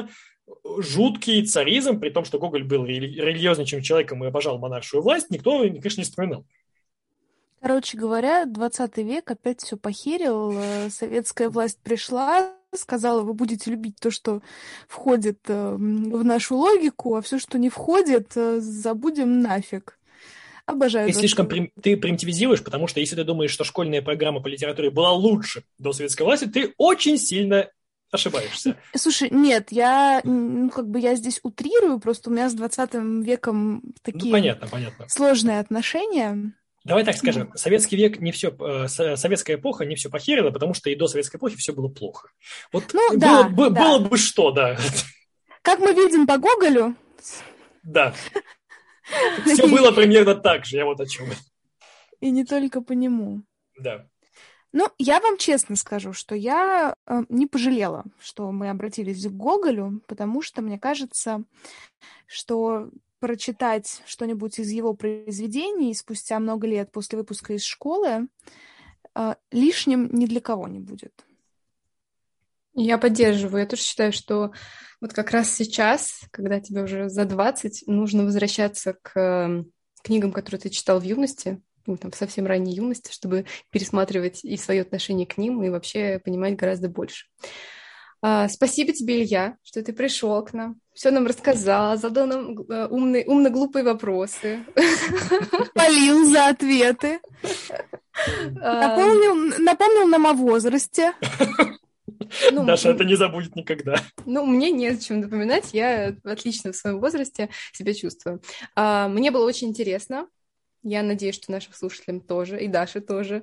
жуткий царизм, при том, что Гоголь был рели- религиознейшим человеком и обожал монаршую власть, никто, конечно, не вспоминал. Короче говоря, двадцатый век опять все похерил, э, советская власть пришла, сказала, вы будете любить то, что входит э, в нашу логику, а все, что не входит, э, забудем нафиг. Обожаю Ты двадцатый слишком век. прим- ты примитивизируешь, потому что если ты думаешь, что школьная программа по литературе была лучше до советской власти, ты очень сильно ошибаешься. Слушай, нет, я, ну, как бы я здесь утрирую, просто у меня с двадцатым веком Ну, такие понятно, понятно. сложные отношения. Давай так скажем, советский век не все, э, со- советская эпоха не все похерила, потому что и до советской эпохи все было плохо. Вот Ну, было, да, бы, да. было бы что, да. Как мы видим по Гоголю, Да. Все было примерно так же, я вот о чем. и не только по нему. Да. Ну, я вам честно скажу, что я э, не пожалела, что мы обратились к Гоголю, потому что мне кажется, что прочитать что-нибудь из его произведений спустя много лет после выпуска из школы э, лишним ни для кого не будет. Я поддерживаю. Я тоже считаю, что вот как раз сейчас, когда тебе уже за двадцать, нужно возвращаться к э, книгам, которые ты читал в юности, ну, там, в совсем ранней юности, чтобы пересматривать и свое отношение к ним, и вообще понимать гораздо больше. А, спасибо тебе, Илья, что ты пришел к нам, все нам рассказал, задал нам э, умные, умно-глупые вопросы. Полил за ответы. Напомнил, напомнил нам о возрасте. Ну, Даша это не забудет никогда. Ну, мне не о чем напоминать, я отлично в своем возрасте себя чувствую. А, мне было очень интересно. Я надеюсь, что нашим слушателям тоже, и Даше тоже.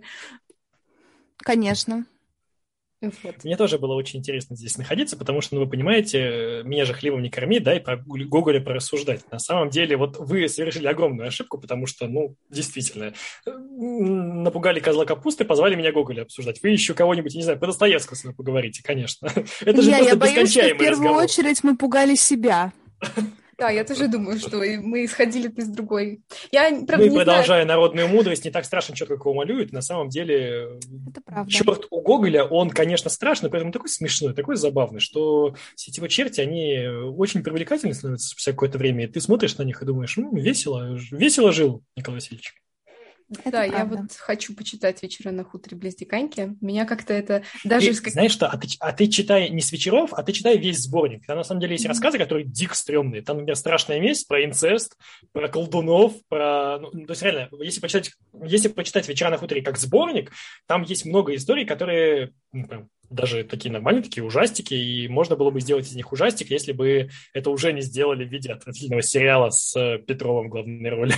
Конечно. Вот. Мне тоже было очень интересно здесь находиться, потому что, ну, вы понимаете, меня же хлебом не корми, да, и про Гоголя порассуждать. На самом деле, вот вы совершили огромную ошибку, потому что, ну, действительно, напугали козла капусты, позвали меня Гоголя обсуждать. Вы еще кого-нибудь, не знаю, по Достоевскому с вами поговорите, конечно. Это же Я, просто я боюсь, что в бескончаемый первую разговор. очередь мы пугали себя. Да, я тоже думаю, что мы исходили из другой. Я, правда, Ну и не продолжая знаю. народную мудрость, не так страшен черт, как его малюют. На самом деле, Это правда. черт у Гоголя, он, конечно, страшный, поэтому такой смешной, такой забавный, что все эти вот черти, они очень привлекательны становятся спустя какое-то время, и ты смотришь на них и думаешь, ну, весело, весело жил Николай Васильевич. Это да, правда. Я вот хочу почитать «Вечера на хуторе близ Диканьки». Меня как-то это даже... Ты, знаешь что, а ты, а ты читай не с вечеров, а ты читай весь сборник. Там на самом деле есть mm-hmm. рассказы, которые дико стрёмные. Там, например, «Страшная месть» про инцест, про колдунов, про... Ну, то есть реально, если почитать, если почитать «Вечера на хуторе» как сборник, там есть много историй, которые... Ну, даже такие нормальные, такие ужастики, и можно было бы сделать из них ужастик, если бы это уже не сделали в виде отвратительного сериала с Петровым в главной роли.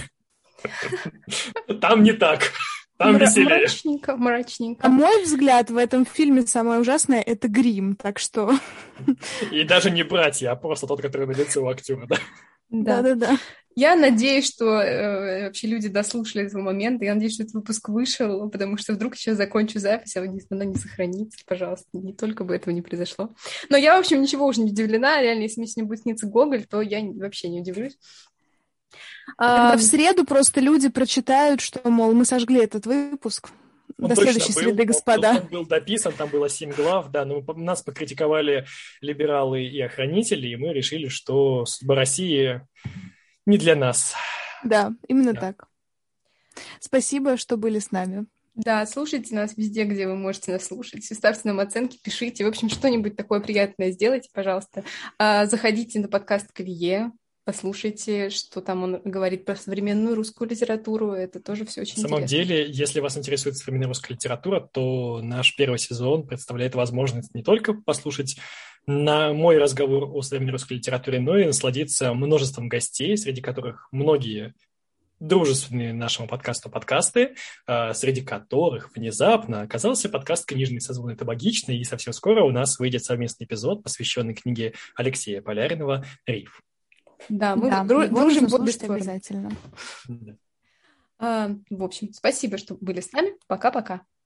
Там не так. Там Мра- веселее. Мрачненько, мрачненько. На мой взгляд, в этом фильме самое ужасное — это грим, так что... И даже не братья, а просто тот, который на лице у актера, да? Да-да-да. Я надеюсь, что э, вообще люди дослушали этого момента. Я надеюсь, что этот выпуск вышел, потому что вдруг сейчас закончу запись, а она не сохранится. Пожалуйста, не только бы этого не произошло. Но я, в общем, ничего уже не удивлена. Реально, если мне с ним будет сниться Гоголь, то я вообще не удивлюсь. Когда а... в среду просто люди прочитают, что, мол, мы сожгли этот выпуск. Он До следующей был, среды, господа. Он, он был дописан, там было семь глав, да, но нас покритиковали либералы и охранители, и мы решили, что судьба России не для нас. Да, именно да. так. Спасибо, что были с нами. Да, слушайте нас везде, где вы можете нас слушать. Ставьте нам оценки, пишите. В общем, что-нибудь такое приятное сделайте, пожалуйста. Заходите на подкаст Квие. Послушайте, что там он говорит про современную русскую литературу. Это тоже все очень интересно. На самом деле, если вас интересует современная русская литература, то наш первый сезон представляет возможность не только послушать на мой разговор о современной русской литературе, но и насладиться множеством гостей, среди которых многие дружественные нашему подкасту подкасты, среди которых внезапно оказался подкаст «Книжный созвон» это логично, и совсем скоро у нас выйдет совместный эпизод, посвященный книге Алексея Поляринова «Риф». Да, мы да, дру- дружим в обе стороны. Обязательно. Да. А, в общем, спасибо, что были с нами. Пока-пока.